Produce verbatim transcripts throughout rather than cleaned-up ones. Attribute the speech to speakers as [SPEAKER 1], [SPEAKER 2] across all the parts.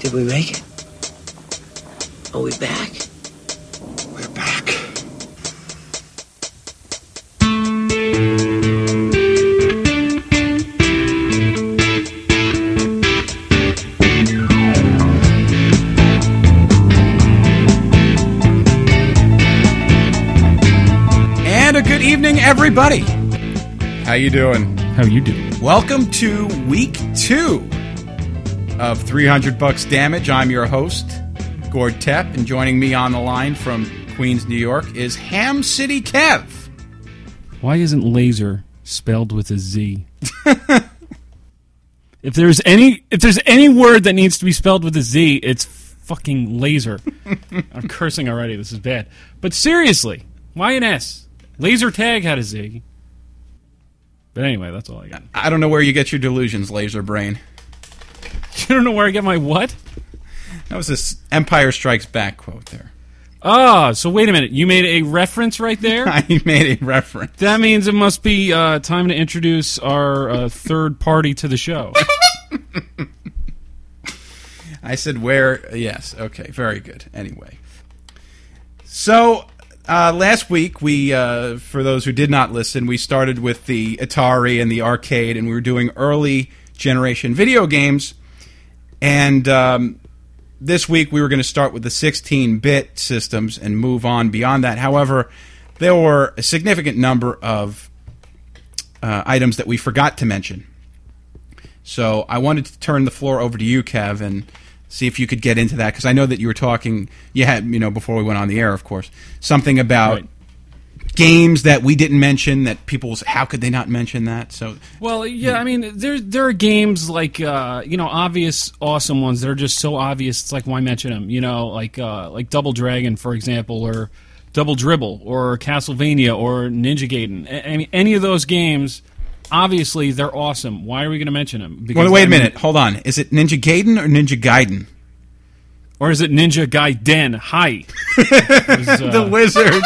[SPEAKER 1] Did we make it? Are we back?
[SPEAKER 2] We're back.
[SPEAKER 3] And a good evening, everybody. How you doing?
[SPEAKER 4] How you doing?
[SPEAKER 3] Welcome to week two of three hundred Bucks Damage. I'm your host, Gord Tepp, and joining me on the line from Queens, New York, is Ham City Kev.
[SPEAKER 4] Why isn't laser spelled with a Z? If there's any if there's any word that needs to be spelled with a Z, it's fucking laser. I'm cursing already. This is bad. But seriously, why an S? Laser tag had a Z. But anyway, that's all I got.
[SPEAKER 3] I don't know where you get your delusions, Laser Brain.
[SPEAKER 4] You don't know where I get my what?
[SPEAKER 3] That was this Empire Strikes Back quote there.
[SPEAKER 4] Ah, so wait a minute. You made a reference right there?
[SPEAKER 3] I made a reference.
[SPEAKER 4] That means it must be uh, time to introduce our uh, third party to the show.
[SPEAKER 3] I said where, yes, okay, very good. Anyway. So, uh, last week, we, uh, for those who did not listen, we started with the Atari and the arcade, and we were doing early generation video games. And um, this week, we were going to start with the sixteen-bit systems and move on beyond that. However, there were a significant number of uh, items that we forgot to mention. So I wanted to turn the floor over to you, Kev, and see if you could get into that, because I know that you were talking, you had, you know, before we went on the air, of course, something about
[SPEAKER 4] Right.
[SPEAKER 3] games that we didn't mention, that people, how could they not mention that? So,
[SPEAKER 4] Well, yeah, I mean, there there are games like, uh, you know, obvious, awesome ones that are just so obvious, it's like, why mention them? You know, like uh, like Double Dragon, for example, or Double Dribble, or Castlevania, or Ninja Gaiden. I I mean, any of those games, obviously, they're awesome. Why are we going to mention them? Because,
[SPEAKER 3] well, wait
[SPEAKER 4] I
[SPEAKER 3] a
[SPEAKER 4] mean,
[SPEAKER 3] minute, hold on. Is it Ninja Gaiden or Ninja Gaiden?
[SPEAKER 4] Or is it Ninja Gaiden? Hi. Was, uh,
[SPEAKER 3] The wizard.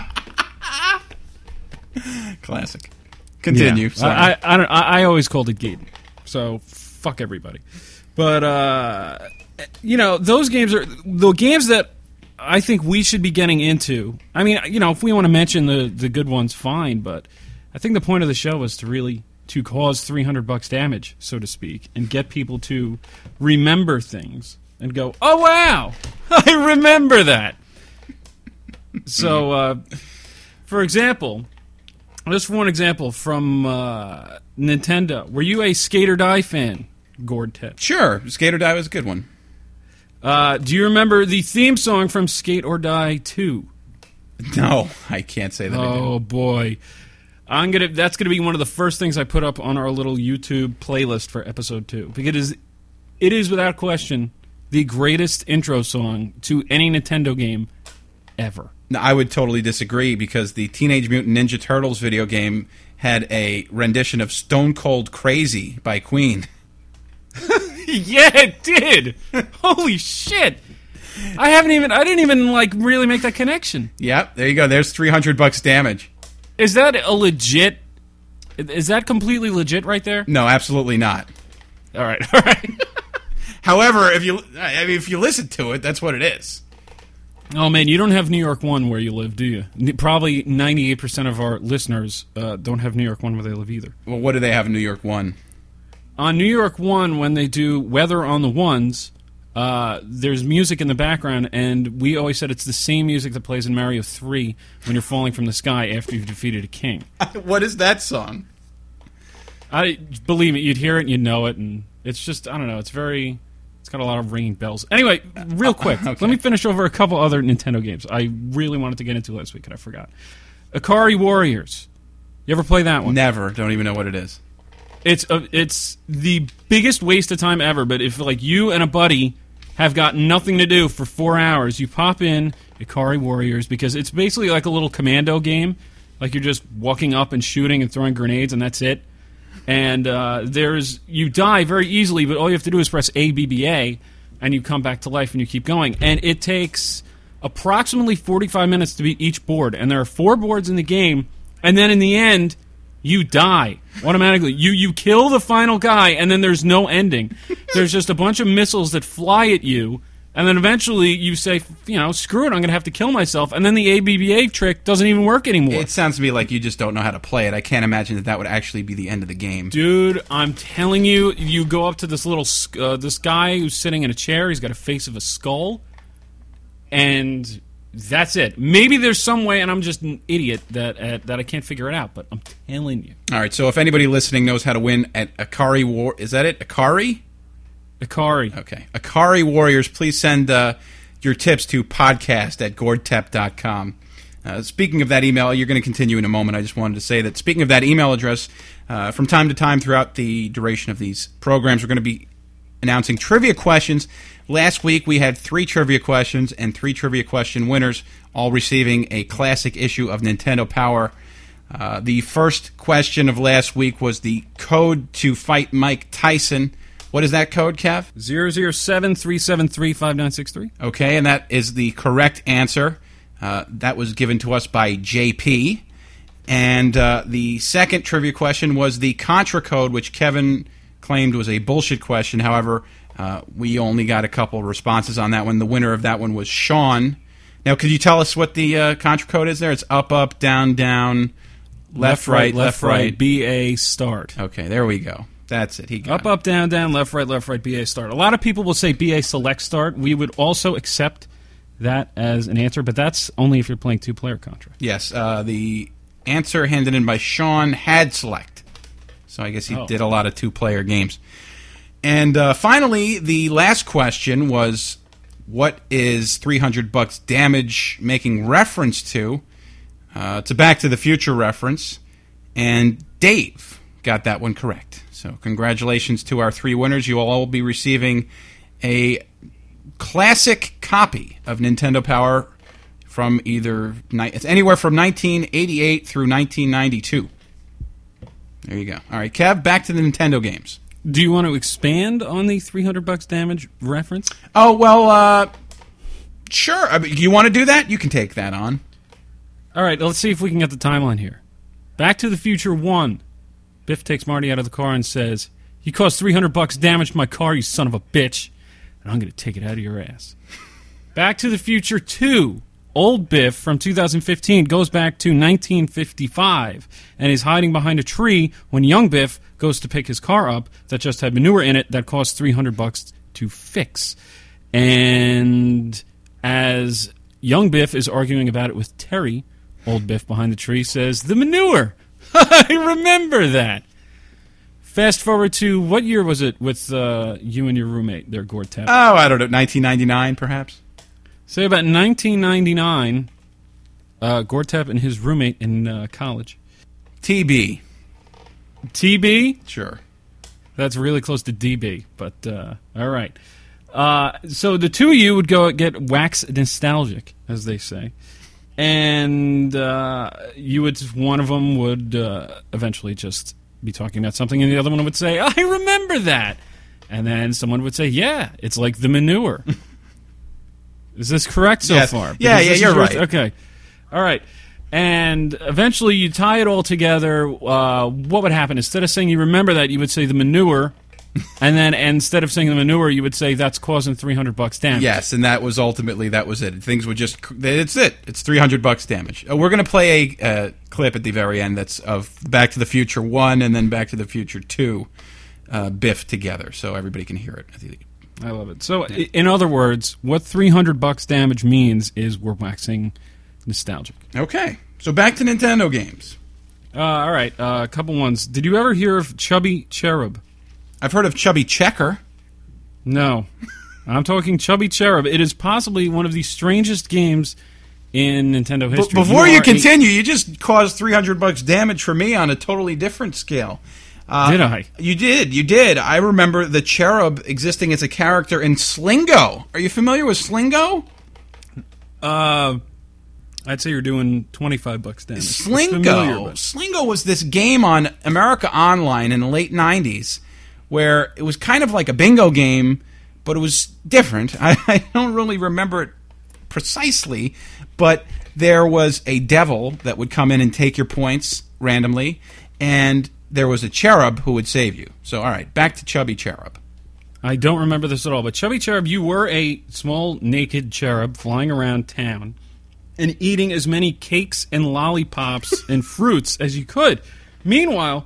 [SPEAKER 3] Classic. Continue.
[SPEAKER 4] Yeah.
[SPEAKER 3] Sorry.
[SPEAKER 4] I, I, I, don't, I, I always called it Gaiden. So, fuck everybody. But, uh, you know, those games are the games that I think we should be getting into. I mean, you know, if we want to mention the, the good ones, fine. But I think the point of the show is to really to cause three hundred bucks damage, so to speak, and get people to remember things and go, oh, wow, I remember that. So, uh, for example... Just for one example from uh, Nintendo. Were you a Skate or Die fan, Gord Tepp?
[SPEAKER 3] Sure. Skate or Die was a good one.
[SPEAKER 4] Uh, do you remember the theme song from Skate or Die two?
[SPEAKER 3] No, I can't say that I
[SPEAKER 4] Oh,
[SPEAKER 3] did.
[SPEAKER 4] boy. I'm gonna. That's going to be one of the first things I put up on our little YouTube playlist for episode two. Because it is, it is without question, the greatest intro song to any Nintendo game ever.
[SPEAKER 3] No, I would totally disagree, because the Teenage Mutant Ninja Turtles video game had a rendition of Stone Cold Crazy by Queen.
[SPEAKER 4] Yeah, it did. Holy shit! I haven't even. I didn't even like really make that connection.
[SPEAKER 3] Yep, there you go. There's three hundred bucks damage.
[SPEAKER 4] Is that a legit? Is that completely legit right there?
[SPEAKER 3] No, absolutely not.
[SPEAKER 4] All right, all right.
[SPEAKER 3] However, if you I mean, if you listen to it, that's what it is.
[SPEAKER 4] Oh man, you don't have New York One where you live, do you? N- Probably ninety-eight percent of our listeners uh, don't have New York One where they live either.
[SPEAKER 3] Well, what do they have in New York One?
[SPEAKER 4] On New York One, when they do Weather on the Ones, uh, there's music in the background, and we always said it's the same music that plays in Mario three when you're falling from the sky after you've defeated a king.
[SPEAKER 3] What is that song?
[SPEAKER 4] I believe it, you'd hear it and you'd know it, and it's just, I don't know, it's very... It's got a lot of ringing bells. Anyway, real quick,
[SPEAKER 3] Okay.
[SPEAKER 4] let me finish over a couple other Nintendo games I really wanted to get into last week and I forgot. Akari Warriors. You ever play that one?
[SPEAKER 3] Never. Don't even know what it is.
[SPEAKER 4] It's a, it's the biggest waste of time ever, but if like you and a buddy have got nothing to do for four hours, you pop in Akari Warriors, because it's basically like a little commando game. Like you're just walking up and shooting and throwing grenades and that's it. And uh, there's you die very easily, but all you have to do is press A B B A, and you come back to life and you keep going. And it takes approximately forty-five minutes to beat each board, and there are four boards in the game. And then in the end, you die automatically. You you kill the final guy, and then there's no ending. There's just a bunch of missiles that fly at you, and then eventually you say, you know, screw it, I'm going to have to kill myself, and then the A B B A trick doesn't even work anymore.
[SPEAKER 3] It sounds to me like you just don't know how to play it. I can't imagine that that would actually be the end of the game.
[SPEAKER 4] Dude, I'm telling you, you go up to this little, uh, this guy who's sitting in a chair, he's got a face of a skull, and that's it. Maybe there's some way, and I'm just an idiot that uh, that I can't figure it out, but I'm telling you.
[SPEAKER 3] All right, so if anybody listening knows how to win at Akari War, is that it? Akari?
[SPEAKER 4] Akari.
[SPEAKER 3] Okay. Akari Warriors, please send uh, your tips to podcast at gordtep dot com. Uh, speaking of that email, you're going to continue in a moment. I just wanted to say that speaking of that email address, uh, from time to time throughout the duration of these programs, we're going to be announcing trivia questions. Last week we had three trivia questions and three trivia question winners, all receiving a classic issue of Nintendo Power. Uh, the first question of last week was the code to fight Mike Tyson. What is that code, Kev?
[SPEAKER 4] zero zero seven three seven three five nine six three.
[SPEAKER 3] Okay, and that is the correct answer. Uh, that was given to us by J P. And uh, the second trivia question was the Contra code, which Kevin claimed was a bullshit question. However, uh, we only got a couple responses on that one. The winner of that one was Sean. Now, could you tell us what the uh, Contra code is there? It's up, up, down, down, left, right, left, right.
[SPEAKER 4] B A start.
[SPEAKER 3] Okay, there we go. That's it. He got
[SPEAKER 4] Up, up, down, down, left, right, left, right, B A start. A lot of people will say B A select start. We would also accept that as an answer, but that's only if you're playing two-player Contra.
[SPEAKER 3] Yes, uh, the answer handed in by Sean had select. So I guess he
[SPEAKER 4] Oh.
[SPEAKER 3] did a lot of two-player games. And uh, finally, the last question was, what is three hundred bucks damage making reference to? Uh, it's a Back to the Future reference. And Dave got that one correct. So congratulations to our three winners. You will all be receiving a classic copy of Nintendo Power from either it's anywhere from nineteen eighty-eight through nineteen ninety-two. There you go. All right, Kev, back to the Nintendo games.
[SPEAKER 4] Do you want to expand on the three hundred bucks damage reference?
[SPEAKER 3] Oh, well, uh, sure. I mean, you want to do that? You can take that on.
[SPEAKER 4] All right, let's see if we can get the timeline here. Back to the Future one. Biff takes Marty out of the car and says, "You caused three hundred bucks damage to my car, you son of a bitch, and I'm going to take it out of your ass." Back to the Future two. Old Biff from two thousand fifteen goes back to nineteen fifty-five and is hiding behind a tree when young Biff goes to pick his car up that just had manure in it that cost three hundred bucks to fix. And as young Biff is arguing about it with Terry, old Biff behind the tree says, "The manure! I remember that." Fast forward to, what year was it with uh, you and your roommate there, Gordtep?
[SPEAKER 3] Oh, I don't know, nineteen ninety-nine, perhaps?
[SPEAKER 4] Say about nineteen ninety-nine, uh, Gordtep and his roommate in uh, college.
[SPEAKER 3] T B.
[SPEAKER 4] T B?
[SPEAKER 3] Sure.
[SPEAKER 4] That's really close to D B, but uh, all right. Uh, so the two of you would go get wax nostalgic, as they say. And uh, you would, one of them would uh, eventually just be talking about something, and the other one would say, "I remember that." And then someone would say, "Yeah, it's like the manure." Is this correct so
[SPEAKER 3] Yes.
[SPEAKER 4] far?
[SPEAKER 3] Yeah,
[SPEAKER 4] Because
[SPEAKER 3] yeah,
[SPEAKER 4] this
[SPEAKER 3] you're
[SPEAKER 4] is
[SPEAKER 3] right.
[SPEAKER 4] Okay. All right. And eventually you tie it all together. Uh, what would happen? Instead of saying you remember that, you would say the manure. And then instead of saying the manure, you would say that's causing three hundred bucks damage.
[SPEAKER 3] Yes, and that was ultimately, that was it. Things would just, it's it. It's three hundred bucks damage. Uh, we're going to play a uh, clip at the very end that's of Back to the Future one and then Back to the Future two, uh, Biff together, so everybody can hear it.
[SPEAKER 4] I love it. So, i in other words, what three hundred bucks damage means is we're waxing nostalgic.
[SPEAKER 3] Okay, so back to Nintendo games.
[SPEAKER 4] Uh, all right, uh, a couple ones. Did you ever hear of Chubby Cherub?
[SPEAKER 3] I've heard of Chubby Checker.
[SPEAKER 4] No. I'm talking Chubby Cherub. It is possibly one of the strangest games in Nintendo history.
[SPEAKER 3] B- before you,
[SPEAKER 4] are
[SPEAKER 3] continue, a- you just caused three hundred bucks damage for me on a totally different scale. Uh,
[SPEAKER 4] Did I?
[SPEAKER 3] You did, you did. I remember the Cherub existing as a character in Slingo. Are you familiar with Slingo?
[SPEAKER 4] Uh, I'd say you're doing twenty-five bucks damage. It's familiar,
[SPEAKER 3] Slingo.
[SPEAKER 4] but-
[SPEAKER 3] Slingo was this game on America Online in the late nineties where it was kind of like a bingo game, but it was different. I, I don't really remember it precisely, but there was a devil that would come in and take your points randomly, and there was a cherub who would save you. So, all right, back to Chubby Cherub.
[SPEAKER 4] I don't remember this at all, but Chubby Cherub, you were a small naked cherub flying around town and eating as many cakes and lollipops and fruits as you could. Meanwhile,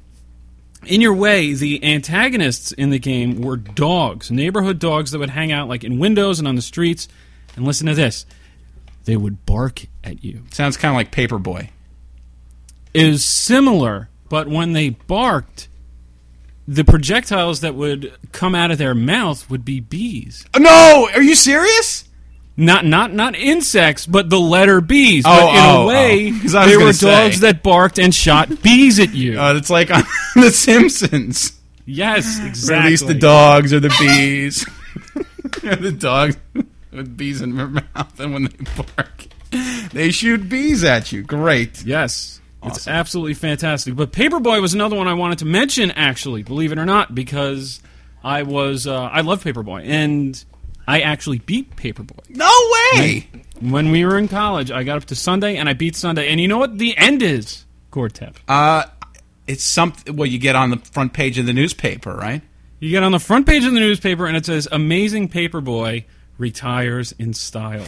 [SPEAKER 4] in your way, the antagonists in the game were dogs, neighborhood dogs that would hang out like in windows and on the streets. And listen to this. They would bark at you.
[SPEAKER 3] Sounds kind of like Paperboy.
[SPEAKER 4] It is similar, but when they barked, the projectiles that would come out of their mouth would be bees.
[SPEAKER 3] No! Are you serious?
[SPEAKER 4] Not not not insects, but the letter bees.
[SPEAKER 3] Oh,
[SPEAKER 4] but in
[SPEAKER 3] oh,
[SPEAKER 4] a way,
[SPEAKER 3] oh. 'Cause
[SPEAKER 4] they
[SPEAKER 3] I was
[SPEAKER 4] were
[SPEAKER 3] gonna
[SPEAKER 4] dogs
[SPEAKER 3] say.
[SPEAKER 4] that barked and shot bees at you.
[SPEAKER 3] Uh, it's like on The Simpsons.
[SPEAKER 4] Yes,
[SPEAKER 3] Or
[SPEAKER 4] exactly.
[SPEAKER 3] at least the dogs or the bees. The dogs with bees in their mouth, and when they bark, they shoot bees at you. Great.
[SPEAKER 4] Yes. It's
[SPEAKER 3] Awesome.
[SPEAKER 4] absolutely fantastic. But Paperboy was another one I wanted to mention, actually, believe it or not, because I was uh, I love Paperboy, and I actually beat Paperboy.
[SPEAKER 3] No way!
[SPEAKER 4] When we were in college, I got up to Sunday, and I beat Sunday. And you know what the end is, Gortep?
[SPEAKER 3] Uh, it's something. Well, you get on the front page of the newspaper, right?
[SPEAKER 4] You get on the front page of the newspaper, and it says, Amazing Paperboy retires in style.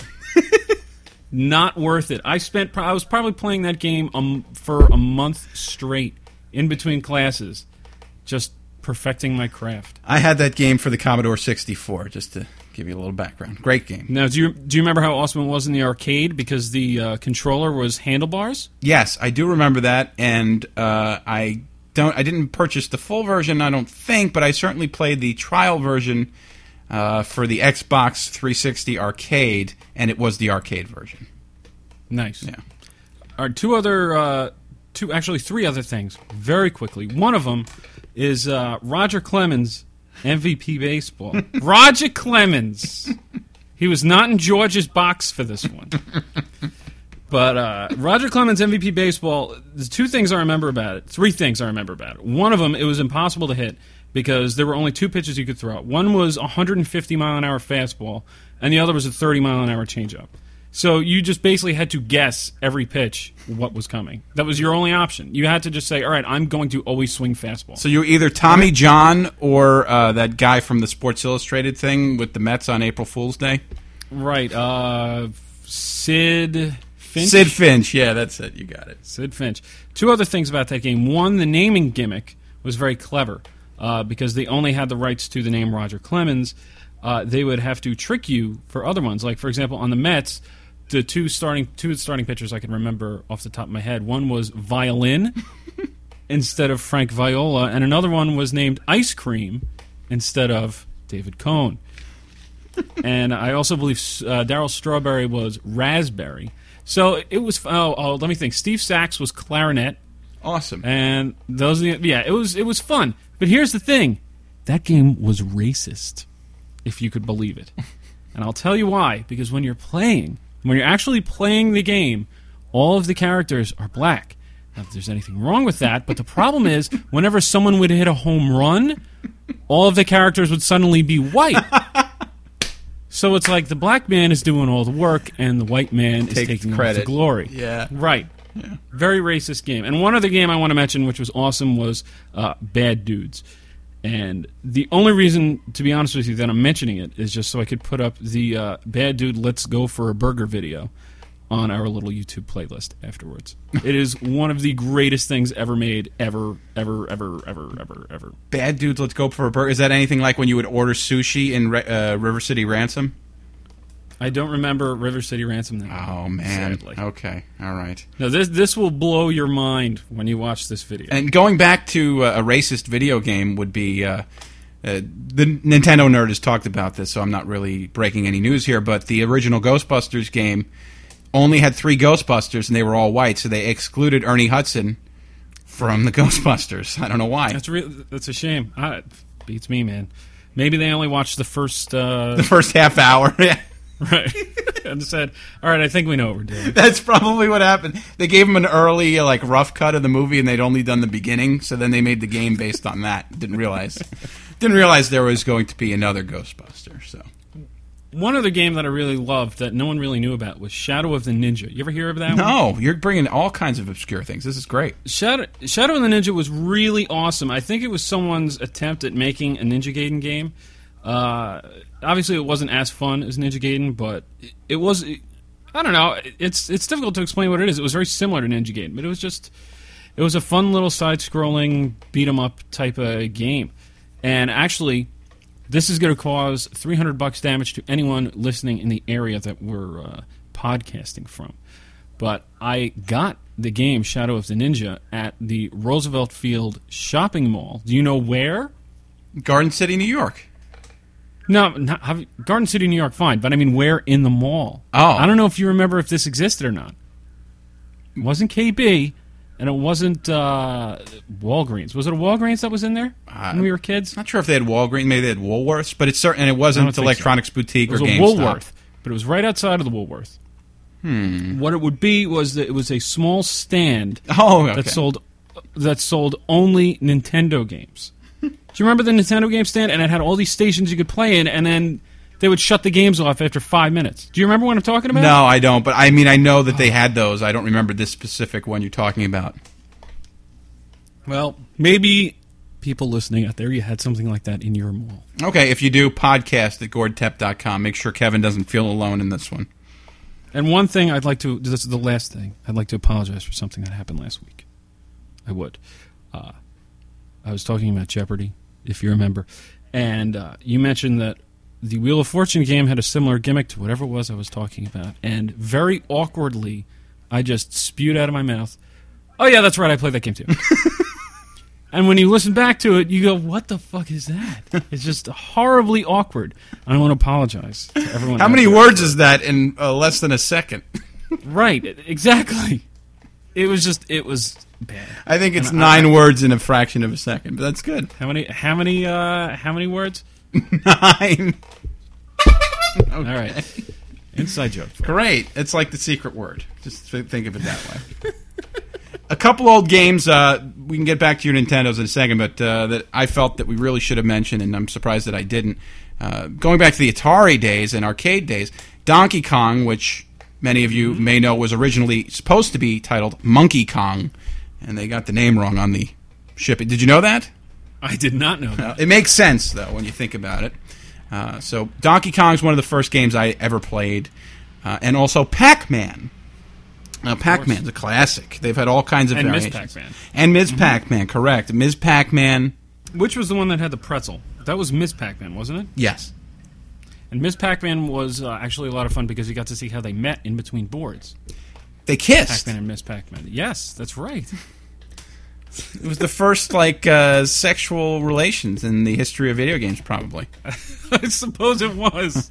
[SPEAKER 4] Not worth it. I spent. I was probably playing that game um, for a month straight in between classes, just perfecting my craft.
[SPEAKER 3] I had that game for the Commodore sixty-four, just to give you a little background. Great game.
[SPEAKER 4] Now, do you do you remember how awesome it was in the arcade because the uh, controller was handlebars?
[SPEAKER 3] Yes, I do remember that, and uh, I don't. I didn't purchase the full version, I don't think, but I certainly played the trial version uh, for the Xbox three sixty arcade, and it was the arcade version.
[SPEAKER 4] Nice.
[SPEAKER 3] Yeah.
[SPEAKER 4] All right, two other, uh, two actually three other things, very quickly. One of them is uh, Roger Clemens, M V P baseball. Roger Clemens. He was not in George's box for this one. But uh, Roger Clemens, M V P baseball, there's two things I remember about it. Three things I remember about it. One of them, it was impossible to hit because there were only two pitches you could throw. One was a one hundred fifty mile an hour fastball, and the other was a thirty mile an hour changeup. So you just basically had to guess every pitch what was coming. That was your only option. You had to just say, all right, I'm going to always swing fastball.
[SPEAKER 3] So you're either Tommy John or uh, that guy from the Sports Illustrated thing with the Mets on April Fool's Day.
[SPEAKER 4] Right. Uh, Sid Finch?
[SPEAKER 3] Sid Finch. Yeah, that's it. You got it.
[SPEAKER 4] Sid Finch. Two other things about that game. One, the naming gimmick was very clever uh, because they only had the rights to the name Roger Clemens. Uh, they would have to trick you for other ones. Like, for example, on the Mets, the two starting two starting pitchers I can remember off the top of my head. One was Violin instead of Frank Viola, and another one was named Ice Cream instead of David Cohn. And I also believe uh, Darryl Strawberry was Raspberry. So it was. Oh, oh, let me think. Steve Sachs was Clarinet,
[SPEAKER 3] Awesome.
[SPEAKER 4] and those. Are the, yeah, it was. It was fun. But here's the thing: that game was racist, if you could believe it. And I'll tell you why. Because when you're playing. When you're actually playing the game, all of the characters are black. Not that there's anything wrong with that, but the problem is, whenever someone would hit a home run, all of the characters would suddenly be white. So it's like the black man is doing all the work, and the white man is
[SPEAKER 3] Take
[SPEAKER 4] taking
[SPEAKER 3] credit.
[SPEAKER 4] all the glory.
[SPEAKER 3] Yeah.
[SPEAKER 4] Right.
[SPEAKER 3] Yeah.
[SPEAKER 4] Very racist game. And one other game I want to mention, which was awesome, was uh, Bad Dudes. And the only reason, to be honest with you, that I'm mentioning it is just so I could put up the uh, Bad Dude Let's Go for a Burger video on our little YouTube playlist afterwards. It is one of the greatest things ever made, ever, ever, ever, ever, ever, ever.
[SPEAKER 3] Bad Dudes, Let's Go for a Burger. Is that anything like when you would order sushi in uh, River City Ransom?
[SPEAKER 4] I don't remember River City Ransom that
[SPEAKER 3] Oh, man.
[SPEAKER 4] sadly.
[SPEAKER 3] Okay. All right.
[SPEAKER 4] No, this this will blow your mind when you watch this video.
[SPEAKER 3] And going back to uh, a racist video game would be... Uh, uh, the Nintendo nerd has talked about this, so I'm not really breaking any news here, but the original Ghostbusters game only had three Ghostbusters, and they were all white, so they excluded Ernie Hudson from the Ghostbusters. I don't know why.
[SPEAKER 4] That's real. That's a shame. Ah, it beats me, man. Maybe they only watched the first... Uh,
[SPEAKER 3] The first half hour.
[SPEAKER 4] right. And said, all right, I think we know what we're doing.
[SPEAKER 3] That's probably what happened. They gave him an early, like, rough cut of the movie, and they'd only done the beginning, so then they made the game based on that. Didn't realize, didn't realize there was going to be another Ghostbuster. So,
[SPEAKER 4] one other game that I really loved that no one really knew about was Shadow of the Ninja. You ever hear of that one?
[SPEAKER 3] No, you're bringing all kinds of obscure things. This is great.
[SPEAKER 4] Shadow, Shadow of the Ninja was really awesome. I think it was someone's attempt at making a Ninja Gaiden game. Uh, obviously, it wasn't as fun as Ninja Gaiden, but it, it was... It, I don't know. It's it's difficult to explain what it is. It was very similar to Ninja Gaiden, but it was just... It was a fun little side-scrolling, beat-em-up type of game. And actually... This is going to cause three hundred bucks damage to anyone listening in the area that we're uh, podcasting from. But I got the game Shadow of the Ninja at the Roosevelt Field shopping mall. Do you know where?
[SPEAKER 3] Garden City, New York.
[SPEAKER 4] No, not, Garden City, New York, fine. But I mean, where in the mall?
[SPEAKER 3] Oh.
[SPEAKER 4] I don't know if you remember if this existed or not. It wasn't K B, and it wasn't uh, Walgreens. Was it a Walgreens that was in there
[SPEAKER 3] Uh,
[SPEAKER 4] when we were kids?
[SPEAKER 3] Not sure if they had Walgreens, maybe they had Woolworths, but it's certain, and it wasn't
[SPEAKER 4] think
[SPEAKER 3] Electronics Boutique
[SPEAKER 4] It was
[SPEAKER 3] or
[SPEAKER 4] a
[SPEAKER 3] GameStop.
[SPEAKER 4] Woolworth, but it was right outside of the Woolworth.
[SPEAKER 3] Hmm.
[SPEAKER 4] What it would be was that it was a small stand
[SPEAKER 3] Oh, okay.
[SPEAKER 4] that sold that sold only Nintendo games. Do you remember the Nintendo game stand? And it had all these stations you could play in, and then they would shut the games off after five minutes. Do you remember what I'm talking about?
[SPEAKER 3] No, I don't, but I mean, I know that they had those. I don't remember this specific one you're talking about.
[SPEAKER 4] Well, maybe people listening out there, you had something like that in your mall.
[SPEAKER 3] Okay, if you do, podcast at gord tep dot com. Make sure Kevin doesn't feel alone in this one.
[SPEAKER 4] And one thing I'd like to, this is the last thing, I'd like to apologize for something that happened last week. I would. Uh, I was talking about Jeopardy, if you remember, and uh, you mentioned that the Wheel of Fortune game had a similar gimmick to whatever it was I was talking about, and very awkwardly, I just spewed out of my mouth, oh yeah, that's right, I played that game too. And when you listen back to it, you go, what the fuck is that? It's just horribly awkward. I want to apologize to everyone.
[SPEAKER 3] How
[SPEAKER 4] out
[SPEAKER 3] many
[SPEAKER 4] there.
[SPEAKER 3] words is that in uh, less than a second?
[SPEAKER 4] Right, exactly. It was just, it was bad.
[SPEAKER 3] I think it's
[SPEAKER 4] And
[SPEAKER 3] nine
[SPEAKER 4] I-
[SPEAKER 3] words in a fraction of a second, but that's good.
[SPEAKER 4] How many, how many, uh, how many words?
[SPEAKER 3] Nine.
[SPEAKER 4] All right. Inside joke.
[SPEAKER 3] Great. It's like the secret word. Just th- think of it that way. A couple old games, uh, we can get back to your Nintendos in a second, but uh, that I felt that we really should have mentioned, and I'm surprised that I didn't. Uh, going back to the Atari days and arcade days, Donkey Kong, which many of you may know was originally supposed to be titled Monkey Kong, and they got the name wrong on the shipping. Did you know that?
[SPEAKER 4] I did not know that.
[SPEAKER 3] It makes sense, though, when you think about it. Uh, so Donkey Kong is one of the first games I ever played, uh, and also Pac-Man. Now, Pac-Man's a classic. They've had all kinds of
[SPEAKER 4] And Miz
[SPEAKER 3] variations.
[SPEAKER 4] Pac-Man.
[SPEAKER 3] And Miz Pac-Man, correct. Miz Pac-Man,
[SPEAKER 4] Which was the one that had the pretzel? That was Miz Pac-Man, wasn't it?
[SPEAKER 3] yes.
[SPEAKER 4] And Miz Pac-Man was uh, actually a lot of fun because you got to see how they met in between boards.
[SPEAKER 3] They kissed.
[SPEAKER 4] Pac-Man and Miz Pac-Man. Yes, that's right.
[SPEAKER 3] It was the first, like, uh, sexual relations in the history of video games, probably.
[SPEAKER 4] I suppose it was.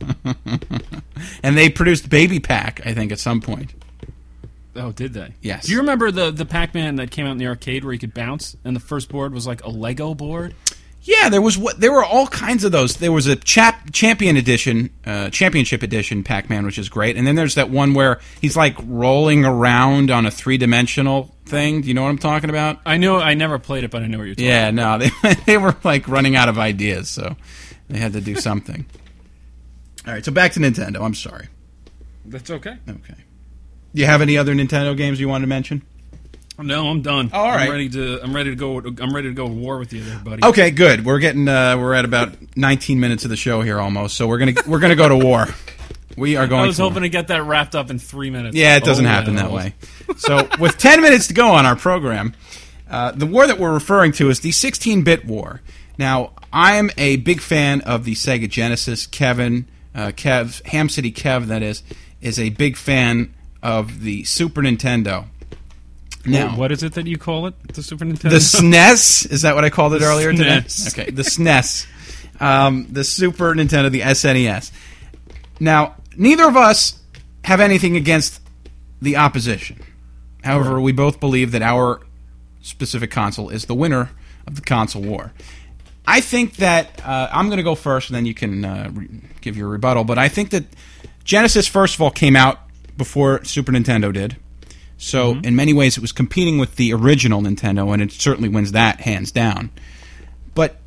[SPEAKER 3] And they produced Baby Pac, I think, at some point.
[SPEAKER 4] Oh, did they?
[SPEAKER 3] Yes.
[SPEAKER 4] Do you remember the, the Pac-Man that came out in the arcade where you could bounce, and the first board was like a Lego board?
[SPEAKER 3] Yeah, there was what there were all kinds of those. There was a chap, champion edition, uh, championship edition Pac-Man, which is great, and then there's that one where he's like rolling around on a three dimensional thing. Do you know what I'm talking about?
[SPEAKER 4] I know. I never played it, but I know what you're talking
[SPEAKER 3] Yeah,
[SPEAKER 4] about.
[SPEAKER 3] no, they they were like running out of ideas, so they had to do something. All right, so back to Nintendo. I'm sorry.
[SPEAKER 4] That's okay.
[SPEAKER 3] Okay. Do you have any other Nintendo games you want to mention?
[SPEAKER 4] No, I'm done.
[SPEAKER 3] Oh, all right.
[SPEAKER 4] I'm ready to. I'm ready to go. I'm ready to go to war with you, there, buddy.
[SPEAKER 3] Okay, good. We're getting uh, we're at about nineteen minutes of the show here almost, so we're gonna we're gonna go to war. We are going.
[SPEAKER 4] I was
[SPEAKER 3] to
[SPEAKER 4] hoping
[SPEAKER 3] war.
[SPEAKER 4] to get that wrapped up in three minutes.
[SPEAKER 3] Yeah, it doesn't
[SPEAKER 4] Oh,
[SPEAKER 3] happen
[SPEAKER 4] yeah,
[SPEAKER 3] that way. So, with ten minutes to go on our program, uh, the war that we're referring to is the sixteen-bit war. Now, I am a big fan of the Sega Genesis. Kevin, uh, Kev, Ham City Kev, that is, is a big fan of the Super Nintendo. Now,
[SPEAKER 4] what is it that you call it? The Super Nintendo.
[SPEAKER 3] the S N E S, is that what I called it earlier today?
[SPEAKER 4] S N E S.
[SPEAKER 3] Okay, the S N E S. Um, the Super Nintendo, the S N E S. Now, neither of us have anything against the opposition. However, we both believe that our specific console is the winner of the console war. I think that, uh, I'm going to go first, and then you can uh, re- give your rebuttal, but I think that Genesis, first of all, came out before Super Nintendo did. So, in many ways, it was competing with the original Nintendo, and it certainly wins that, hands down. But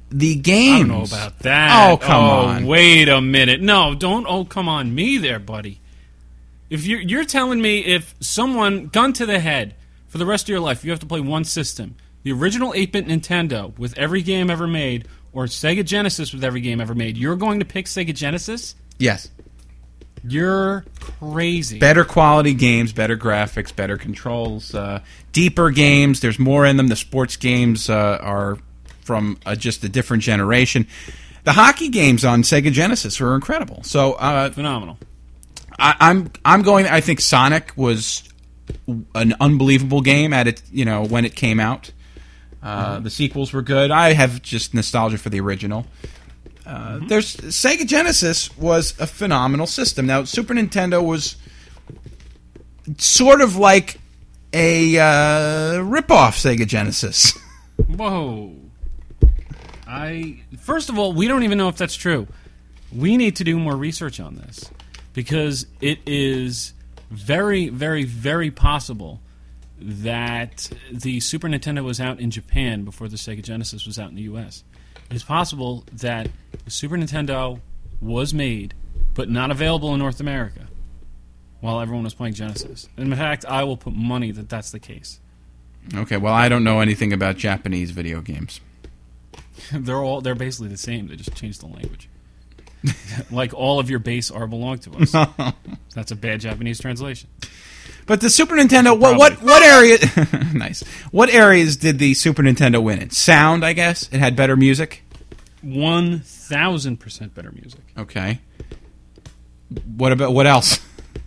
[SPEAKER 3] the games.
[SPEAKER 4] I don't know about that.
[SPEAKER 3] Oh, come
[SPEAKER 4] oh,
[SPEAKER 3] on.
[SPEAKER 4] Wait a minute. No, don't oh come on me there, buddy. If you're, you're telling me if someone, gun to the head, for the rest of your life, you have to play one system, the original eight-bit Nintendo with every game ever made, or Sega Genesis with every game ever made, you're going to pick Sega Genesis?
[SPEAKER 3] Yes.
[SPEAKER 4] You're crazy.
[SPEAKER 3] Better quality games, better graphics, better controls, uh, deeper games. There's more in them. The sports games uh, are from uh, just a different generation. The hockey games on Sega Genesis are incredible. So uh,
[SPEAKER 4] phenomenal.
[SPEAKER 3] I, I'm I'm going. I think Sonic was an unbelievable game at it. You know when it came out. Uh, mm-hmm. The sequels were good. I have just nostalgia for the original. Uh, mm-hmm. There's Sega Genesis was a phenomenal system. Now Super Nintendo was sort of like a uh, rip-off Sega Genesis.
[SPEAKER 4] Whoa! I first of all, we don't even know if that's true. We need to do more research on this because it is very, very, very possible that the Super Nintendo was out in Japan before the Sega Genesis was out in the U S It is possible that the Super Nintendo was made, but not available in North America, while everyone was playing Genesis. In fact, I will put money that that's the case.
[SPEAKER 3] Okay, well, I don't know anything about Japanese video games.
[SPEAKER 4] they're all they're basically the same. They just changed the language. Like all of your base are belong to us. That's a bad Japanese translation.
[SPEAKER 3] But the Super Nintendo, what what what area? Nice. What areas did the Super Nintendo win in? Sound, I guess. It had better music.
[SPEAKER 4] One thousand percent better music.
[SPEAKER 3] Okay. What about what else?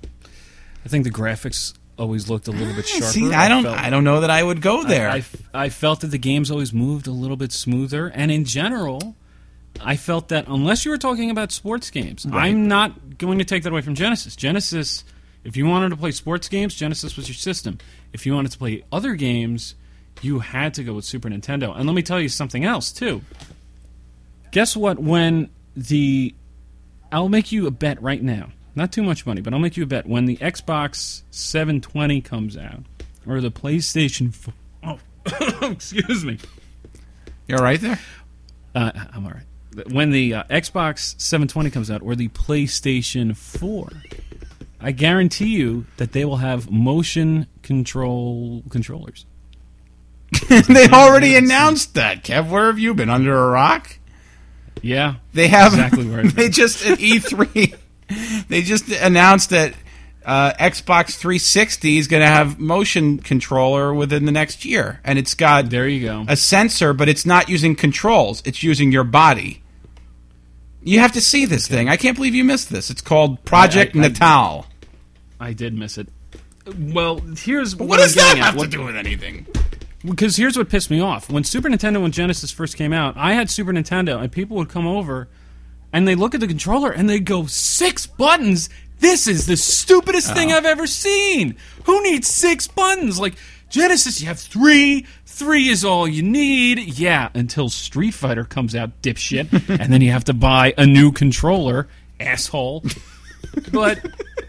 [SPEAKER 4] I think the graphics always looked a little bit sharper.
[SPEAKER 3] See, I don't,
[SPEAKER 4] I, felt,
[SPEAKER 3] I don't know that I would go there.
[SPEAKER 4] I, I, I felt that the games always moved a little bit smoother, and in general, I felt that unless you were talking about sports games, right. I'm not going to take that away from Genesis. Genesis. If you wanted to play sports games, Genesis was your system. If you wanted to play other games, you had to go with Super Nintendo. And let me tell you something else, too. Guess what? When the... I'll make you a bet right now. Not too much money, but I'll make you a bet. When the Xbox seven twenty comes out, or the PlayStation... Oh, excuse me.
[SPEAKER 3] You all right there?
[SPEAKER 4] Uh, I'm all right. When the uh, Xbox seven twenty comes out, or the PlayStation four... I guarantee you that they will have motion control controllers.
[SPEAKER 3] They already announced that. Kev, where have you been? Under a rock?
[SPEAKER 4] Yeah.
[SPEAKER 3] They have
[SPEAKER 4] exactly where I've been.
[SPEAKER 3] They just at E three they just announced that uh, Xbox three sixty is going to have motion controller within the next year, and it's got
[SPEAKER 4] there you go.
[SPEAKER 3] a sensor, but it's not using controls. It's using your body. You have to see this okay. thing. I can't believe you missed this. It's called Project I, I, Natal.
[SPEAKER 4] I, I did miss it. Well, here's
[SPEAKER 3] what,
[SPEAKER 4] what
[SPEAKER 3] does
[SPEAKER 4] I'm
[SPEAKER 3] that
[SPEAKER 4] at.
[SPEAKER 3] have
[SPEAKER 4] what,
[SPEAKER 3] to do with anything?
[SPEAKER 4] Because here's what pissed me off. When Super Nintendo and Genesis first came out, I had Super Nintendo, and people would come over, and they look at the controller, and they go, six buttons? This is the stupidest oh. thing I've ever seen. Who needs six buttons? Like, Genesis, you have three. Three is all you need. Yeah, until Street Fighter comes out, dipshit. And then you have to buy a new controller, asshole. But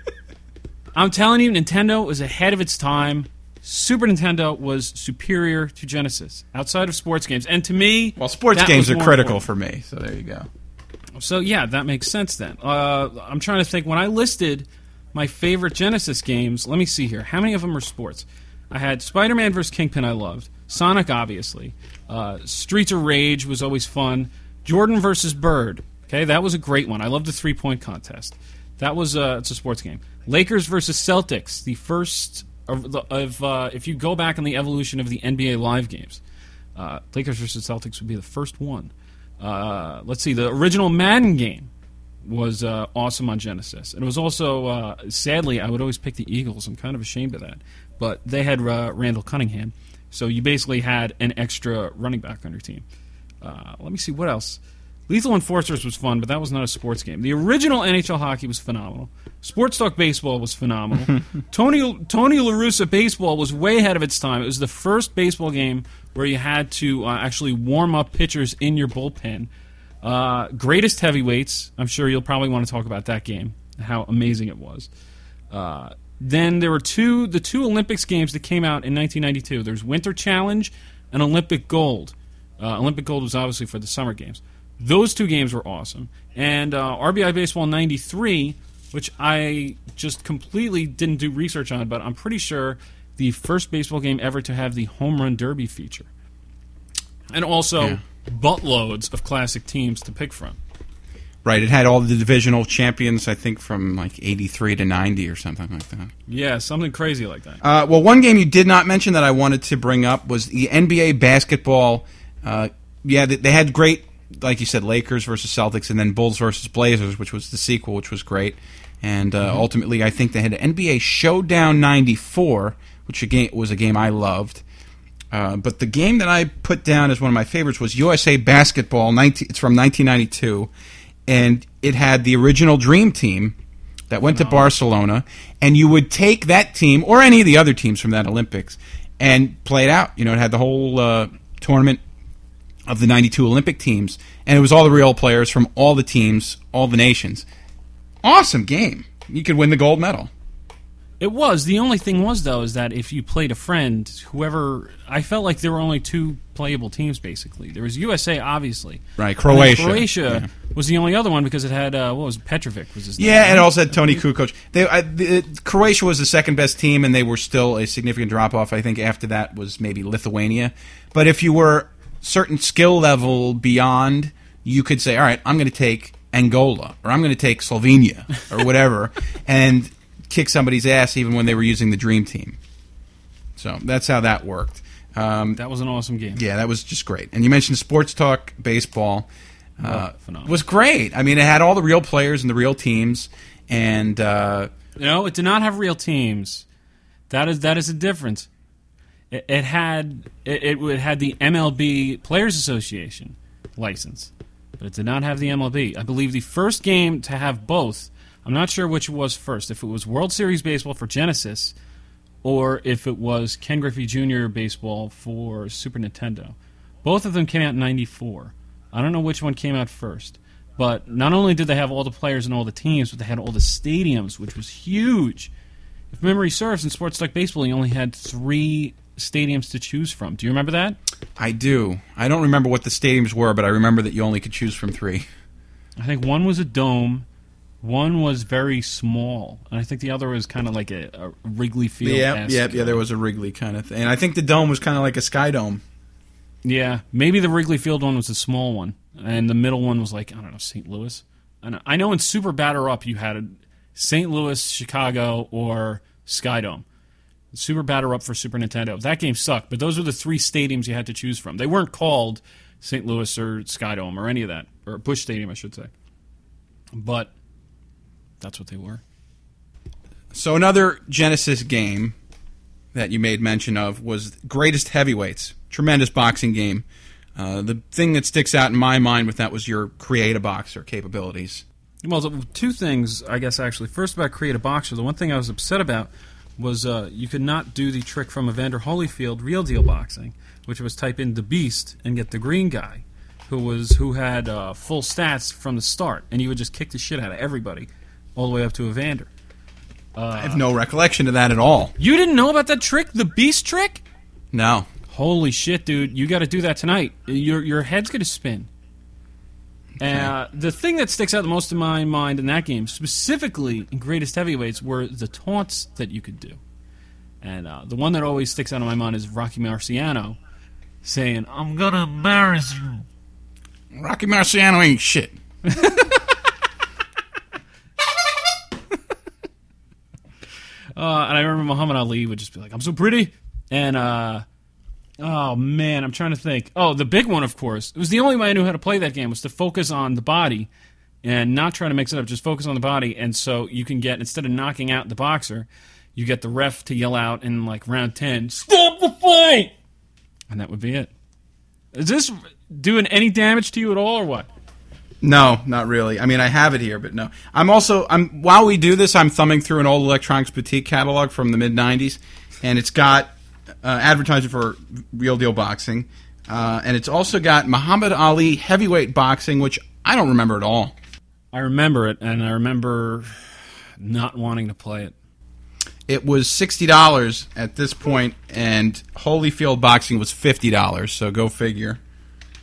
[SPEAKER 4] I'm telling you, Nintendo was ahead of its time. Super Nintendo was superior to Genesis, outside of sports games. And to me...
[SPEAKER 3] Well, sports games are critical important. for me, so there you go.
[SPEAKER 4] So, yeah, that makes sense then. Uh, I'm trying to think. When I listed my favorite Genesis games, let me see here. How many of them are sports? I had Spider-Man versus. Kingpin I loved. Sonic, obviously. Uh, Streets of Rage was always fun. Jordan versus. Bird. Okay, that was a great one. I loved the three-point contest. That was uh, it's a sports game. Lakers versus. Celtics. The first of, of uh, if you go back in the evolution of the N B A Live games, uh, Lakers versus. Celtics would be the first one. Uh, let's see. The original Madden game was uh, awesome on Genesis. And it was also, uh, sadly, I would always pick the Eagles. I'm kind of ashamed of that. But they had uh, Randall Cunningham. So you basically had an extra running back on your team. Uh, let me see, what else? Lethal Enforcers was fun, but that was not a sports game. The original N H L hockey was phenomenal. Sports Talk Baseball was phenomenal. Tony Tony La Russa Baseball was way ahead of its time. It was the first baseball game where you had to uh, actually warm up pitchers in your bullpen. Uh, greatest Heavyweights. I'm sure you'll probably want to talk about that game, how amazing it was. Uh, then there were two the two Olympics games that came out in nineteen ninety-two. There's Winter Challenge and Olympic Gold. Uh, Olympic gold was obviously for the Summer Games. Those two games were awesome. And uh, R B I Baseball ninety-three, which I just completely didn't do research on, but I'm pretty sure the first baseball game ever to have the home run derby feature. And also
[SPEAKER 3] Yeah.
[SPEAKER 4] buttloads of classic teams to pick from.
[SPEAKER 3] Right, it had all the divisional champions, I think, from like eighty-three to ninety or something like that.
[SPEAKER 4] Yeah, something crazy like that.
[SPEAKER 3] Uh, well, one game you did not mention that I wanted to bring up was the N B A basketball. Uh, yeah, they, they had great, like you said, Lakers versus Celtics, and then Bulls versus Blazers, which was the sequel, which was great. And uh, mm-hmm. ultimately, I think they had N B A Showdown ninety-four, which a game, was a game I loved. Uh, but the game that I put down as one of my favorites was U S A Basketball. nineteen, it's from nineteen ninety-two. And it had the original Dream Team that went to Barcelona, and you would take that team, or any of the other teams from that Olympics, and play it out. You know, it had the whole uh, tournament of the ninety-two Olympic teams, and it was all the real players from all the teams, all the nations. Awesome game. You could win the gold medal.
[SPEAKER 4] It was. The only thing was, though, is that if you played a friend, whoever... I felt like there were only two playable teams, basically. There was U S A, obviously.
[SPEAKER 3] Right, Croatia.
[SPEAKER 4] Croatia
[SPEAKER 3] yeah.
[SPEAKER 4] was the only other one because it had, uh, what was it, Petrovic was his name.
[SPEAKER 3] Yeah, and it also had Tony Kukoc. They, I, the, Croatia was the second best team, and they were still a significant drop-off. I think after that was maybe Lithuania. But if you were certain skill level beyond, you could say, all right, I'm going to take Angola, or I'm going to take Slovenia, or whatever, and kick somebody's ass even when they were using the Dream Team. So that's how that worked. Um,
[SPEAKER 4] that was an awesome game.
[SPEAKER 3] Yeah, that was just great. And you mentioned Sports Talk Baseball. Uh,
[SPEAKER 4] oh, phenomenal.
[SPEAKER 3] Was great. I mean, it had all the real players and the real teams. And uh,
[SPEAKER 4] no, it did not have real teams. That is that is a difference. It, it had it, it had the M L B Players Association license, but it did not have the M L B. I believe the first game to have both. I'm not sure which was first. If it was World Series Baseball for Genesis, or if it was Ken Griffey Junior Baseball for Super Nintendo. Both of them came out in ninety-four. I don't know which one came out first. But not only did they have all the players and all the teams, but they had all the stadiums, which was huge. If memory serves, in Sports Talk Baseball, you only had three stadiums to choose from. Do you remember that?
[SPEAKER 3] I do. I don't remember what the stadiums were, but I remember that you only could choose from three.
[SPEAKER 4] I think one was a dome. One was very small, and I think the other was kind of like a, a Wrigley Field.
[SPEAKER 3] Yeah, yeah, yeah. There was a Wrigley kind of thing, and I think the dome was kind of like a Sky Dome.
[SPEAKER 4] Yeah, maybe the Wrigley Field one was a small one, and the middle one was like I don't know, Saint Louis. I know, I know in Super Batter Up you had Saint Louis, Chicago, or Sky Dome. Super Batter Up for Super Nintendo. That game sucked, but those were the three stadiums you had to choose from. They weren't called Saint Louis or Sky Dome or any of that, or Busch Stadium, I should say. But that's what they were.
[SPEAKER 3] So another Genesis game that you made mention of was Greatest Heavyweights. Tremendous boxing game. Uh, the thing that sticks out in my mind with that was your Create-A-Boxer capabilities.
[SPEAKER 4] Well, the, two things, I guess, actually. First, about Create-A-Boxer, the one thing I was upset about was uh, you could not do the trick from Evander Holyfield Real Deal Boxing, which was type in the Beast and get the green guy, who was who had uh, full stats from the start, and you would just kick the shit out of everybody, all the way up to Evander. Uh,
[SPEAKER 3] I have no recollection of that at all.
[SPEAKER 4] You didn't know about that trick, the Beast trick?
[SPEAKER 3] No.
[SPEAKER 4] Holy shit, dude! You got to do that tonight. Your your head's gonna spin. Okay. Uh, the thing that sticks out the most in my mind in that game, specifically in Greatest Heavyweights, were the taunts that you could do. And uh, the one that always sticks out in my mind is Rocky Marciano saying, "I'm gonna embarrass you."
[SPEAKER 3] Rocky Marciano ain't shit.
[SPEAKER 4] Uh, and I remember Muhammad Ali would just be like, "I'm so pretty," and uh, oh man, I'm trying to think. Oh, the big one, of course. It was the only way I knew how to play that game was to focus on the body and not try to mix it up. Just focus on the body, and so you can get, instead of knocking out the boxer, you get the ref to yell out in like round ten, "Stop the fight!" And that would be it. Is this doing any damage to you at all, or what?
[SPEAKER 3] No, not really. I mean, I have it here, but no. I'm also, I'm while we do this, I'm thumbing through an old Electronics Boutique catalog from the mid nineties, and it's got uh, advertising for Real Deal Boxing, uh, and it's also got Muhammad Ali Heavyweight Boxing, which I don't remember at all.
[SPEAKER 4] I remember it, and I remember not wanting to play it.
[SPEAKER 3] It was sixty dollars at this point, and Holyfield Boxing was fifty dollars, so go figure.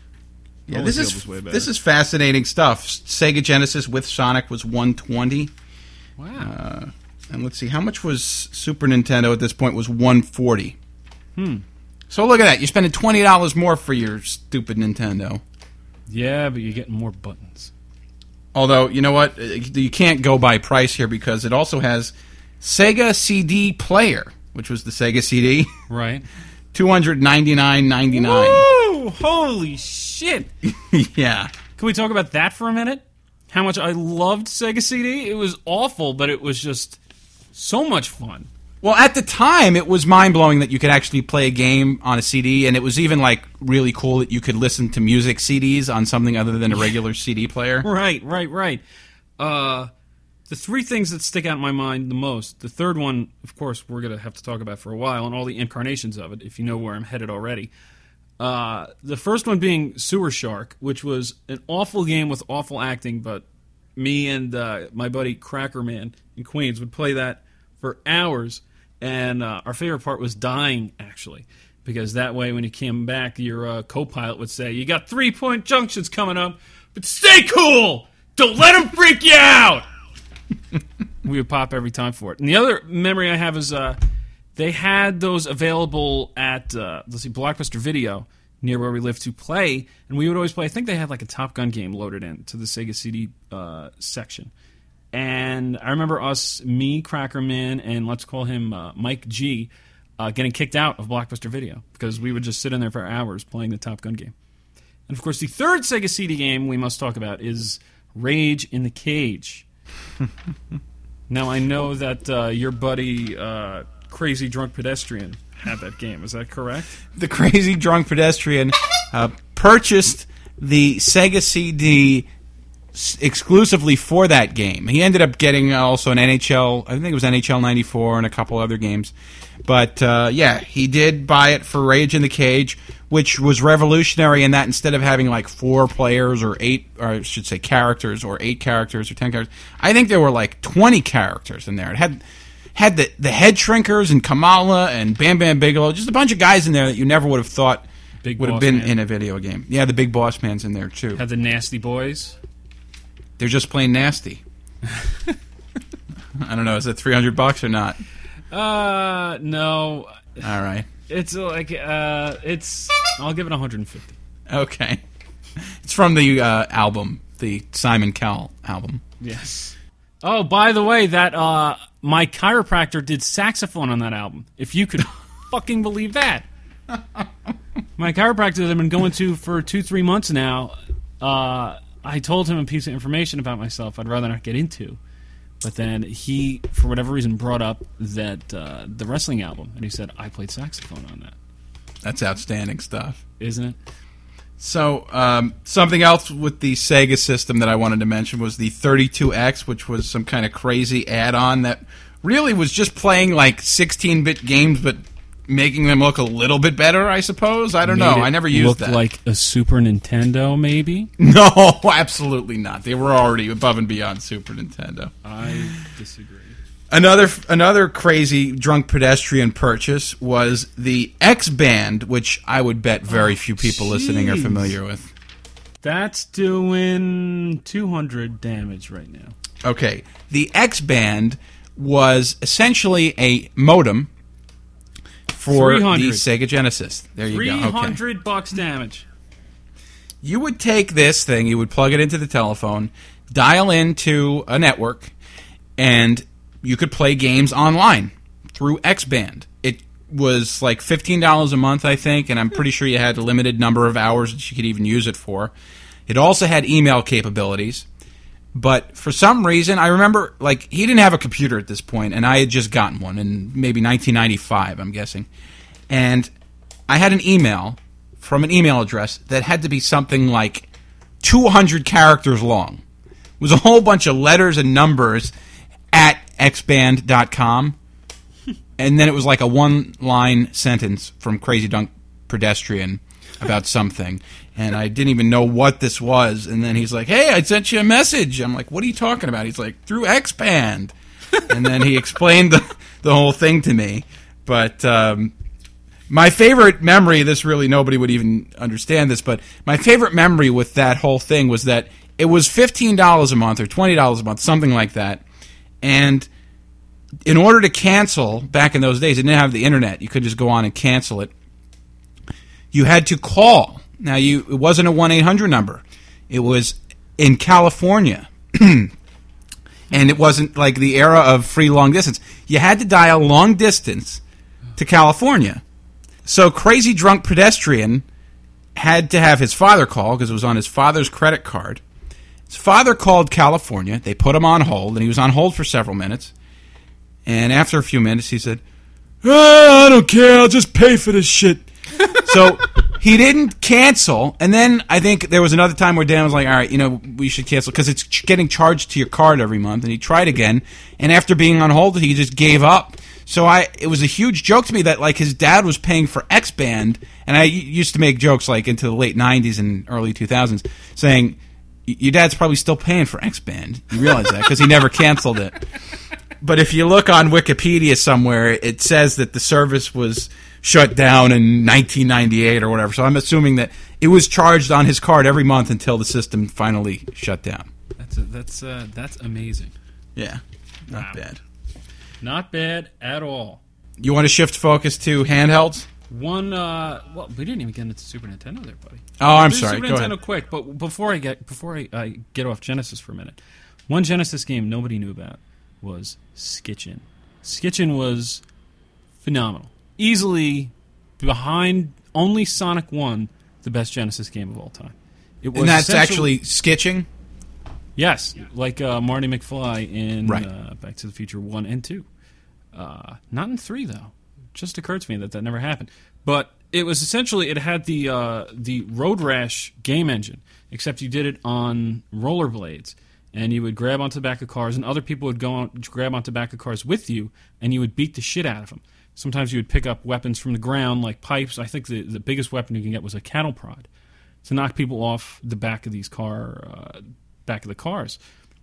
[SPEAKER 3] Yeah, this
[SPEAKER 4] Holyfield
[SPEAKER 3] is
[SPEAKER 4] was way better.
[SPEAKER 3] this is fascinating stuff. Sega Genesis with Sonic was one twenty.
[SPEAKER 4] Wow.
[SPEAKER 3] Uh, and let's see, how much was Super Nintendo at this point? Was one forty.
[SPEAKER 4] Hmm.
[SPEAKER 3] So look at that. You're spending twenty dollars more for your stupid Nintendo.
[SPEAKER 4] Yeah, but you're getting more buttons.
[SPEAKER 3] Although, you know what? You can't go by price here because it also has Sega C D Player, which was the Sega C D.
[SPEAKER 4] Right.
[SPEAKER 3] two hundred ninety-nine ninety-nine.
[SPEAKER 4] Woo! Holy shit!
[SPEAKER 3] Yeah.
[SPEAKER 4] Can we talk about that for a minute? How much I loved Sega C D? It was awful, but it was just so much fun.
[SPEAKER 3] Well, at the time, it was mind-blowing that you could actually play a game on a C D, and it was even, like, really cool that you could listen to music C Ds on something other than a regular C D player.
[SPEAKER 4] Right, right, right. Uh, the three things that stick out in my mind the most, the third one, of course, we're going to have to talk about for a while, and all the incarnations of it, if you know where I'm headed already. Uh, the first one being Sewer Shark, which was an awful game with awful acting, but me and uh, my buddy Crackerman in Queens would play that for hours, and uh, our favorite part was dying, actually, because that way when you came back, your uh, co-pilot would say, you got three-point junctions coming up, but stay cool! Don't let them freak you out! We would pop every time for it. And the other memory I have is uh, they had those available at, uh, let's see, Blockbuster Video, near where we live, to play, and we would always play. I think they had like a Top Gun game loaded in to the Sega C D uh, section. And I remember us, me, Crackerman, and let's call him uh, Mike G, uh, getting kicked out of Blockbuster Video because we would just sit in there for hours playing the Top Gun game. And of course, the third Sega C D game we must talk about is Rage in the Cage. Now, I know that uh, your buddy, uh, Crazy Drunk Pedestrian, had that game. Is that correct?
[SPEAKER 3] The Crazy Drunk Pedestrian uh, purchased the Sega C D s- exclusively for that game. He ended up getting also an N H L, I think it was N H L ninety-four and a couple other games. But, uh, yeah, he did buy it for Rage in the Cage, which was revolutionary in that instead of having like four players or eight, or I should say characters, or eight characters or ten characters, I think there were like twenty characters in there. It had had the, the Head Shrinkers and Kamala and Bam Bam Bigelow, just a bunch of guys in there that you never would have thought
[SPEAKER 4] Big
[SPEAKER 3] would have
[SPEAKER 4] Boss
[SPEAKER 3] been
[SPEAKER 4] Man.
[SPEAKER 3] in a video game. Yeah, the Big Boss Man's in there too.
[SPEAKER 4] Had the Nasty Boys.
[SPEAKER 3] They're just plain nasty. I don't know, is it three hundred bucks or not?
[SPEAKER 4] Uh, no.
[SPEAKER 3] All right.
[SPEAKER 4] It's like, uh, it's, I'll give it one hundred fifty.
[SPEAKER 3] Okay. It's from the uh, album, the Simon Cowell album.
[SPEAKER 4] Yes. Oh, by the way, that uh, my chiropractor did saxophone on that album. If you could fucking believe that. My chiropractor that I've been going to for two, three months now, uh, I told him a piece of information about myself I'd rather not get into. But then he, for whatever reason, brought up that uh, the wrestling album, and he said, I played saxophone on that.
[SPEAKER 3] That's outstanding stuff.
[SPEAKER 4] Isn't it?
[SPEAKER 3] So, um, something else with the Sega system that I wanted to mention was the thirty-two X, which was some kind of crazy add-on that really was just playing like sixteen-bit games, but making them look a little bit better, I suppose. I don't know.
[SPEAKER 4] Made it
[SPEAKER 3] I never used
[SPEAKER 4] look
[SPEAKER 3] that.
[SPEAKER 4] like a Super Nintendo, maybe?
[SPEAKER 3] No, absolutely not. They were already above and beyond Super Nintendo.
[SPEAKER 4] I disagree.
[SPEAKER 3] Another another crazy drunk pedestrian purchase was the X-Band, which I would bet very
[SPEAKER 4] Oh,
[SPEAKER 3] few people listening are
[SPEAKER 4] jeez.
[SPEAKER 3] familiar with.
[SPEAKER 4] That's doing two hundred damage right now.
[SPEAKER 3] Okay, the X-Band was essentially a modem for the
[SPEAKER 4] three hundred.
[SPEAKER 3] Sega Genesis. There you
[SPEAKER 4] three
[SPEAKER 3] go. Okay.
[SPEAKER 4] hundred bucks damage.
[SPEAKER 3] You would take this thing, you would plug it into the telephone, dial into a network, and you could play games online through X-Band. It was like fifteen dollars a month, I think, and I'm pretty sure you had a limited number of hours that you could even use it for. It also had email capabilities. But for some reason, I remember, like, he didn't have a computer at this point, and I had just gotten one in maybe nineteen ninety-five, I'm guessing. And I had an email from an email address that had to be something like two hundred characters long. It was a whole bunch of letters and numbers at x band dot com. And then it was like a one-line sentence from Crazy Drunk Pedestrian about something. And I didn't even know what this was. And then he's like, hey, I sent you a message. I'm like, what are you talking about? He's like, through X-Band. And then he explained the, the whole thing to me. But, um, My favorite memory, this really nobody would even understand this, but my favorite memory with that whole thing was that it was fifteen dollars a month or twenty dollars a month, something like that. And in order to cancel, back in those days, it didn't have the internet. You could just go on and cancel it. You had to call. Now, you it wasn't a one eight hundred number. It was in California. And it wasn't like the era of free long distance. You had to dial long distance to California. So Crazy Drunk Pedestrian had to have his father call because it was on his father's credit card. His father called California. They put him on hold, and he was on hold for several minutes. And after a few minutes, he said, oh, I don't care. I'll just pay for this shit. So he didn't cancel. And then I think there was another time where Dan was like, all right, you know, we should cancel because it's ch- getting charged to your card every month. And he tried again. And after being on hold, he just gave up. So I, it was a huge joke to me that like his dad was paying for X-Band, and I used to make jokes like into the late nineties and early two thousands, saying your dad's probably still paying for X-Band. You realize that because he never canceled it. But if you look on Wikipedia somewhere, it says that the service was shut down in nineteen ninety-eight or whatever. So I'm assuming that it was charged on his card every month until the system finally shut down.
[SPEAKER 4] That's a, that's uh, that's amazing.
[SPEAKER 3] Yeah, not
[SPEAKER 4] Wow.
[SPEAKER 3] bad.
[SPEAKER 4] Not bad at all.
[SPEAKER 3] You want to shift focus to handhelds?
[SPEAKER 4] One, uh, well, we didn't even get into Super Nintendo there, buddy.
[SPEAKER 3] Oh, I'm
[SPEAKER 4] Do
[SPEAKER 3] sorry.
[SPEAKER 4] Super
[SPEAKER 3] Go
[SPEAKER 4] Nintendo
[SPEAKER 3] ahead.
[SPEAKER 4] quick, but before I get before I, I get off Genesis for a minute, one Genesis game nobody knew about was Skitchin. Skitchin was phenomenal, easily behind only Sonic One, the best Genesis game of all time. It was
[SPEAKER 3] And that's
[SPEAKER 4] essentially-
[SPEAKER 3] actually skitching?
[SPEAKER 4] Yes, like uh, Marty McFly in
[SPEAKER 3] Right.
[SPEAKER 4] uh, Back to the Future one and two. Uh, not in three, though. It just occurred to me that that never happened. But it was essentially, it had the uh, the Road Rash game engine, except you did it on rollerblades. And you would grab onto the back of cars, and other people would go on, grab onto the back of cars with you, and you would beat the shit out of them. Sometimes you would pick up weapons from the ground, like pipes. I think the, the biggest weapon you can get was a cattle prod to knock people off the back of these car... Uh, back of the cars.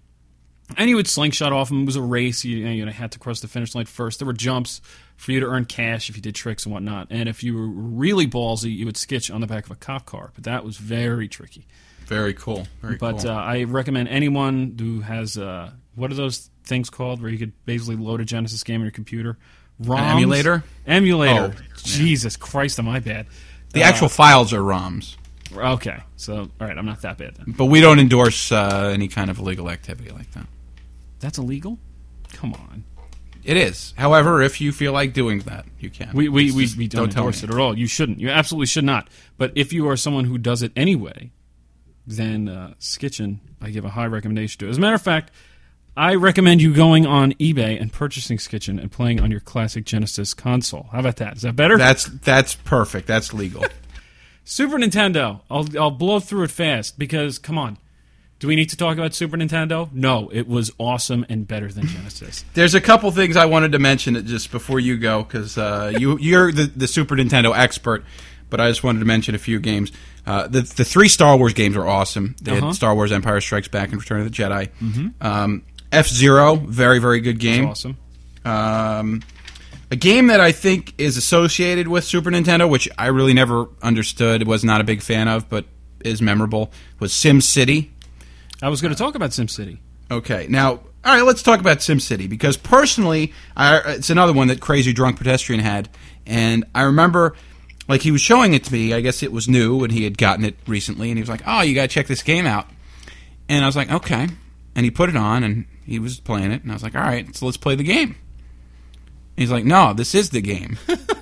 [SPEAKER 4] And you would slingshot off them. It was a race. You, you know, had to cross the finish line first. There were jumps for you to earn cash if you did tricks and whatnot. And if you were really ballsy, you would skitch on the back of a cop car. But that was very tricky.
[SPEAKER 3] Very cool. Very
[SPEAKER 4] but
[SPEAKER 3] cool.
[SPEAKER 4] uh, I recommend anyone who has, uh, what are those things called where you could basically load a Genesis game on your computer? ROMs?
[SPEAKER 3] An emulator?
[SPEAKER 4] Emulator.
[SPEAKER 3] Oh, yeah.
[SPEAKER 4] Jesus Christ, am I bad.
[SPEAKER 3] The
[SPEAKER 4] Uh,
[SPEAKER 3] actual files are ROMs.
[SPEAKER 4] Okay. So, all right, I'm not that bad then.
[SPEAKER 3] But we don't endorse uh, any kind of illegal activity like that.
[SPEAKER 4] That's illegal? Come on.
[SPEAKER 3] It is. However, if you feel like doing that, you can.
[SPEAKER 4] We we, we,
[SPEAKER 3] Just
[SPEAKER 4] we don't,
[SPEAKER 3] tell
[SPEAKER 4] endorse
[SPEAKER 3] me.
[SPEAKER 4] it at all. You shouldn't. You absolutely should not. But if you are someone who does it anyway, then uh, Skitchin, I give a high recommendation to. As a matter of fact, I recommend you going on eBay and purchasing Skitchin and playing on your classic Genesis console. How about that? Is that better?
[SPEAKER 3] That's that's perfect. That's legal.
[SPEAKER 4] Super Nintendo. I'll I'll blow through it fast because come on. Do we need to talk about Super Nintendo? No, it was awesome and better than Genesis.
[SPEAKER 3] There's a couple things I wanted to mention just before you go because uh, you you're the, the Super Nintendo expert, but I just wanted to mention a few games. Uh, the the three Star Wars games are awesome. They
[SPEAKER 4] Uh-huh.
[SPEAKER 3] had Star Wars: Empire Strikes Back and Return of the Jedi. Mm-hmm. Um, F-Zero, very very good game.
[SPEAKER 4] It's awesome.
[SPEAKER 3] Um, a game that I think is associated with Super Nintendo, which I really never understood, was not a big fan of, but is memorable, was Sim City.
[SPEAKER 4] I was going to talk about SimCity.
[SPEAKER 3] Okay, now, all right, let's talk about SimCity, because personally, I, it's another one that Crazy Drunk Pedestrian had, and I remember, like, he was showing it to me, I guess it was new, and he had gotten it recently, and he was like, oh, you gotta check this game out. And I was like, okay. And he put it on, and he was playing it, and I was like, all right, so let's play the game. And he's like, no, this is the game.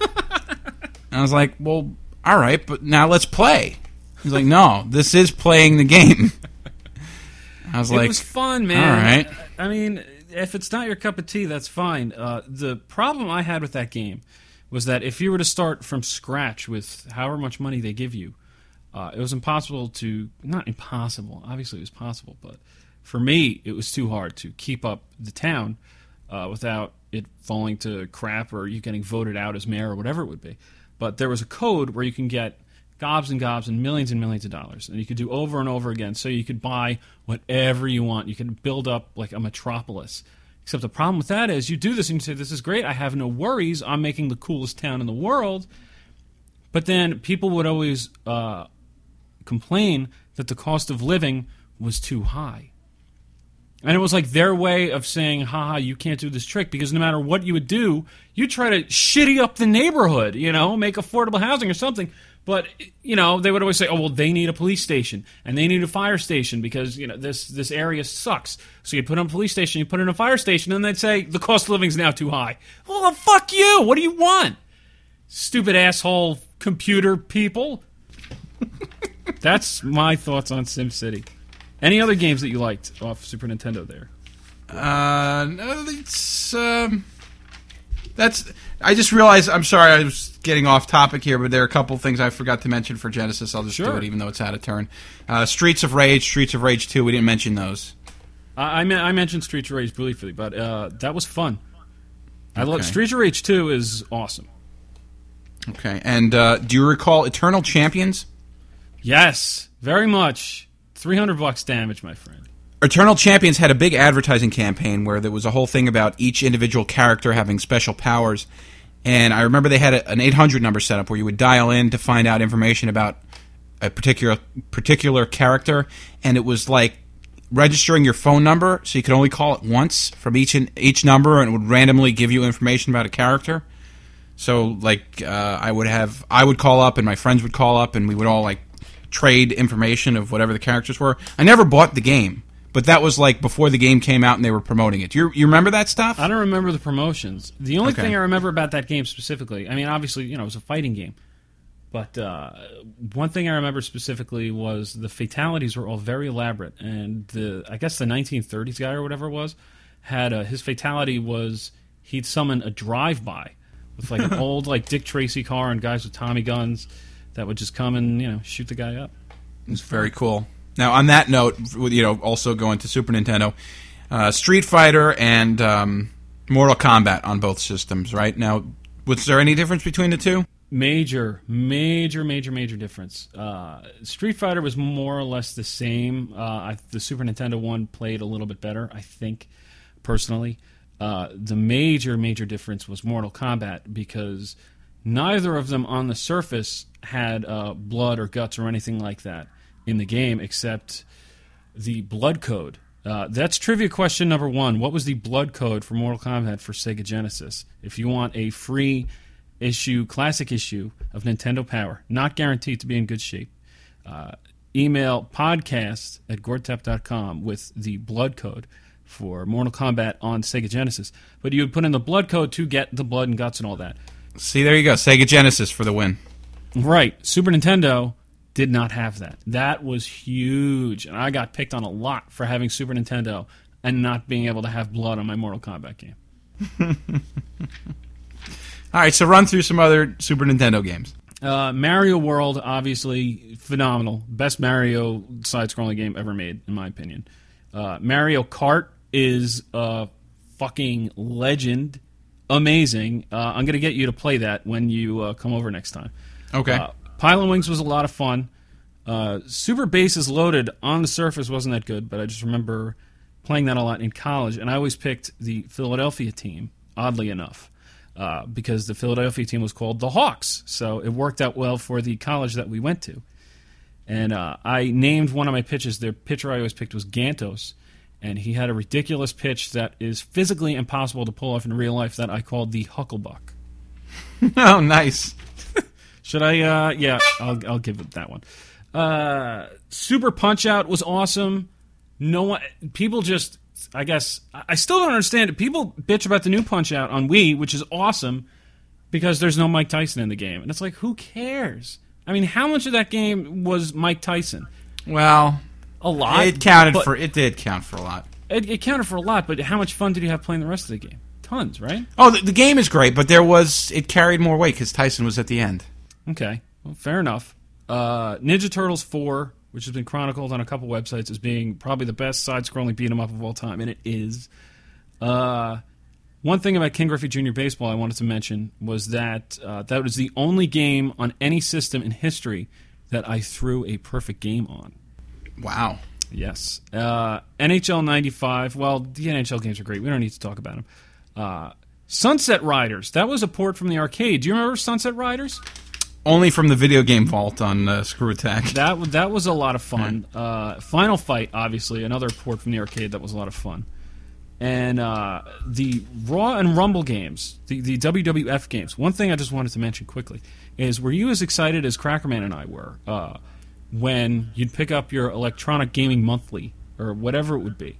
[SPEAKER 3] And I was like, well, all right, but now let's play. He's like, no, this is playing the game. I was
[SPEAKER 4] It
[SPEAKER 3] like,
[SPEAKER 4] was fun, man.
[SPEAKER 3] all right.
[SPEAKER 4] I mean, if it's not your cup of tea, that's fine. Uh, the problem I had with that game was that if you were to start from scratch with however much money they give you, uh, it was impossible to... Not impossible. Obviously, it was possible. But for me, it was too hard to keep up the town uh, without it falling to crap or you getting voted out as mayor or whatever it would be. But there was a code where you can get gobs and gobs and millions and millions of dollars. And you could do over and over again. So you could buy whatever you want. You could build up like a metropolis. Except the problem with that is you do this and you say, this is great. I have no worries. I'm making the coolest town in the world. But then people would always uh, complain that the cost of living was too high. And it was like their way of saying, haha, you can't do this trick, because no matter what you would do, you try to shitty up the neighborhood, you know, make affordable housing or something. But, you know, they would always say, oh, well, they need a police station, and they need a fire station because, you know, this this area sucks. So you put in a police station, you put in a fire station, and they'd say, the cost of living is now too high. Well, fuck you. What do you want? Stupid asshole computer people. That's my thoughts on SimCity. Any other games that you liked off Super Nintendo there?
[SPEAKER 3] Uh, no, it's, um, that's, I just realized, I'm sorry, I was getting off topic here, but there are a couple things I forgot to mention for Genesis. I'll just
[SPEAKER 4] Sure.
[SPEAKER 3] do it even though it's out of turn. Uh, Streets of Rage, Streets of Rage two, we didn't mention those.
[SPEAKER 4] I, I, me- I mentioned Streets of Rage briefly, but uh, that was fun. I love
[SPEAKER 3] Okay.
[SPEAKER 4] Streets of Rage two is awesome.
[SPEAKER 3] Okay, and uh, do you recall Eternal Champions?
[SPEAKER 4] Yes, very much. three hundred bucks damage, my friend.
[SPEAKER 3] Eternal Champions had a big advertising campaign where there was a whole thing about each individual character having special powers. And I remember they had a, an eight hundred number set up where you would dial in to find out information about a particular particular character. And it was like registering your phone number, so you could only call it once from each in, each number, and it would randomly give you information about a character. So, like, uh, I would have I would call up, and my friends would call up, and we would all, like, trade information of whatever the characters were. I never bought the game, but that was like before the game came out and they were promoting it. Do you, you remember that stuff?
[SPEAKER 4] I don't remember the promotions. The only
[SPEAKER 3] Okay.
[SPEAKER 4] thing I remember about that game specifically, I mean, obviously, you know, it was a fighting game. But uh, one thing I remember specifically was the fatalities were all very elaborate. And the I guess the nineteen thirties guy or whatever it was, had a, his fatality was he'd summon a drive-by with like an old like Dick Tracy car and guys with Tommy guns that would just come and, you know, shoot the guy up.
[SPEAKER 3] It's very cool. Now, on that note, you know, also going to Super Nintendo, uh, Street Fighter and um, Mortal Kombat on both systems, right? Now, was there any difference between the two?
[SPEAKER 4] Major, major, major, major difference. Uh, Street Fighter was more or less the same. Uh, I, the Super Nintendo one played a little bit better, I think, personally. Uh, the major, major difference was Mortal Kombat, because neither of them on the surface had uh, blood or guts or anything like that in the game, except the blood code. Uh, that's trivia question number one. What was the blood code for Mortal Kombat for Sega Genesis? If you want a free issue, classic issue of Nintendo Power, not guaranteed to be in good shape, uh, email podcast at gortep dot com with the blood code for Mortal Kombat on Sega Genesis. But you would put in the blood code to get the blood and guts and all that.
[SPEAKER 3] See, there you go. Sega Genesis for the win.
[SPEAKER 4] Right. Super Nintendo did not have that. That was huge. And I got picked on a lot for having Super Nintendo and not being able to have blood on my Mortal Kombat game.
[SPEAKER 3] All right, so run through some other Super Nintendo games.
[SPEAKER 4] Uh, Mario World, obviously, phenomenal. Best Mario side-scrolling game ever made, in my opinion. Uh, Mario Kart is a fucking legend. Amazing. Uh, I'm going to get you to play that when you uh, come over next time.
[SPEAKER 3] Okay.
[SPEAKER 4] Uh, Pylon Wings was a lot of fun. Uh, Super Bases Loaded on the surface wasn't that good, but I just remember playing that a lot in college, and I always picked the Philadelphia team, oddly enough, uh, because the Philadelphia team was called the Hawks, so it worked out well for the college that we went to. And uh, I named one of my pitches, the pitcher I always picked was Gantos, and he had a ridiculous pitch that is physically impossible to pull off in real life that I called the Hucklebuck.
[SPEAKER 3] Oh, nice.
[SPEAKER 4] Should I? Uh, yeah, I'll I'll give it that one. Uh, Super Punch Out was awesome. No one, people just, I guess, I still don't understand it. People bitch about the new Punch Out on Wii, which is awesome, because there's no Mike Tyson in the game, and it's like, who cares? I mean, how much of that game was Mike Tyson?
[SPEAKER 3] Well,
[SPEAKER 4] A lot.
[SPEAKER 3] it counted
[SPEAKER 4] but
[SPEAKER 3] for it did count for a lot.
[SPEAKER 4] It, it counted for a lot, but how much fun did you have playing the rest of the game? Tons, right?
[SPEAKER 3] Oh, the, the game is great, but there was it carried more weight because Tyson was at the end.
[SPEAKER 4] Okay, well, fair enough. Uh, Ninja Turtles four, which has been chronicled on a couple websites as being probably the best side-scrolling beat-em-up of all time, and it is. Uh, one thing about Ken Griffey Junior Baseball I wanted to mention was that uh, that was the only game on any system in history that I threw a perfect game on.
[SPEAKER 3] Wow.
[SPEAKER 4] Yes. Uh, N H L ninety-five, well, the N H L games are great. We don't need to talk about them. Uh, Sunset Riders, that was a port from the arcade. Do you remember Sunset Riders?
[SPEAKER 3] only from the video game vault on uh, Screw Attack.
[SPEAKER 4] That that was a lot of fun. Uh, Final Fight, obviously, another port from the arcade that was a lot of fun. And uh, the Raw and Rumble games, the, the W W F games. One thing I just wanted to mention quickly is, were you as excited as Crackerman and I were uh, when you'd pick up your Electronic Gaming Monthly or whatever it would be,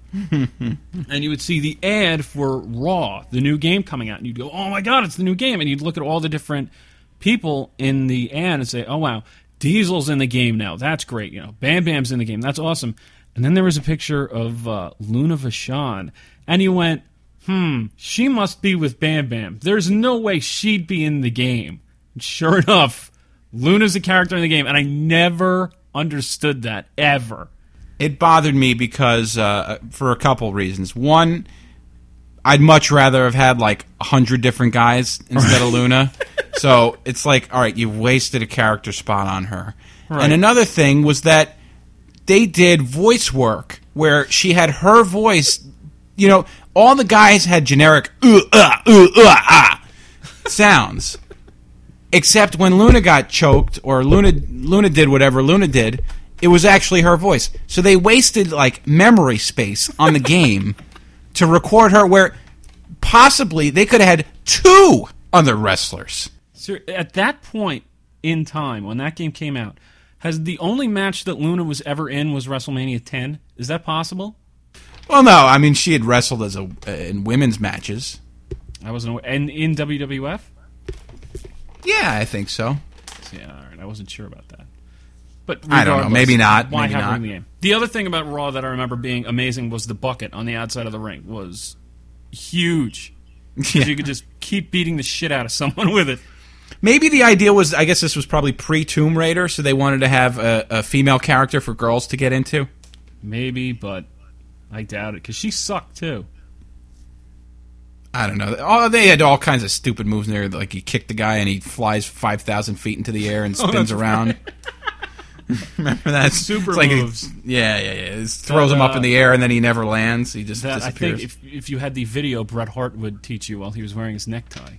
[SPEAKER 4] and you would see the ad for Raw, the new game coming out, and you'd go, "Oh my God, it's the new game!" And you'd look at all the different people in the ad and say, "Oh wow, Diesel's in the game now. That's great. You know, Bam Bam's in the game. That's awesome." And then there was a picture of uh, Luna Vachon, and you went, "Hmm, she must be with Bam Bam. There's no way she'd be in the game." And sure enough, Luna's a character in the game, and I never understood that ever.
[SPEAKER 3] It bothered me because uh, for a couple reasons. One, I'd much rather have had like a hundred different guys instead of Luna. So it's like, all right, you've wasted a character spot on her. Right. And another thing was that they did voice work where she had her voice. You know, all the guys had generic uh, uh, uh, uh, ah sounds, except when Luna got choked or Luna Luna did whatever Luna did. It was actually her voice. So they wasted, like, memory space on the game to record her where possibly they could have had two other wrestlers.
[SPEAKER 4] So at that point in time, when that game came out, has the only match that Luna was ever in was WrestleMania ten? Is that possible?
[SPEAKER 3] Well, no. I mean, she had wrestled as a uh, in women's matches.
[SPEAKER 4] I wasn't aware. And in W W F?
[SPEAKER 3] Yeah, I think so.
[SPEAKER 4] Yeah, all right. I wasn't sure about that. But
[SPEAKER 3] I don't know. Maybe not.
[SPEAKER 4] Why
[SPEAKER 3] maybe
[SPEAKER 4] have
[SPEAKER 3] not.
[SPEAKER 4] her in the game? The other thing about Raw that I remember being amazing was the bucket on the outside of the ring was huge.
[SPEAKER 3] Yeah.
[SPEAKER 4] You could just keep beating the shit out of someone with it.
[SPEAKER 3] Maybe the idea was, I guess this was probably pre-Tomb Raider, so they wanted to have a, a female character for girls to get into.
[SPEAKER 4] Maybe, but I doubt it, because she sucked, too.
[SPEAKER 3] I don't know. Oh, they had all kinds of stupid moves in there, like you kick the guy and he flies five thousand feet into the air and spins
[SPEAKER 4] oh,
[SPEAKER 3] around.
[SPEAKER 4] Right.
[SPEAKER 3] Remember that?
[SPEAKER 4] Super
[SPEAKER 3] it's like
[SPEAKER 4] moves.
[SPEAKER 3] He, yeah, yeah, yeah. It throws that, uh, him up in the air and then he never lands. He just
[SPEAKER 4] that,
[SPEAKER 3] disappears.
[SPEAKER 4] I think if, if you had the video Bret Hart would teach you while he was wearing his necktie.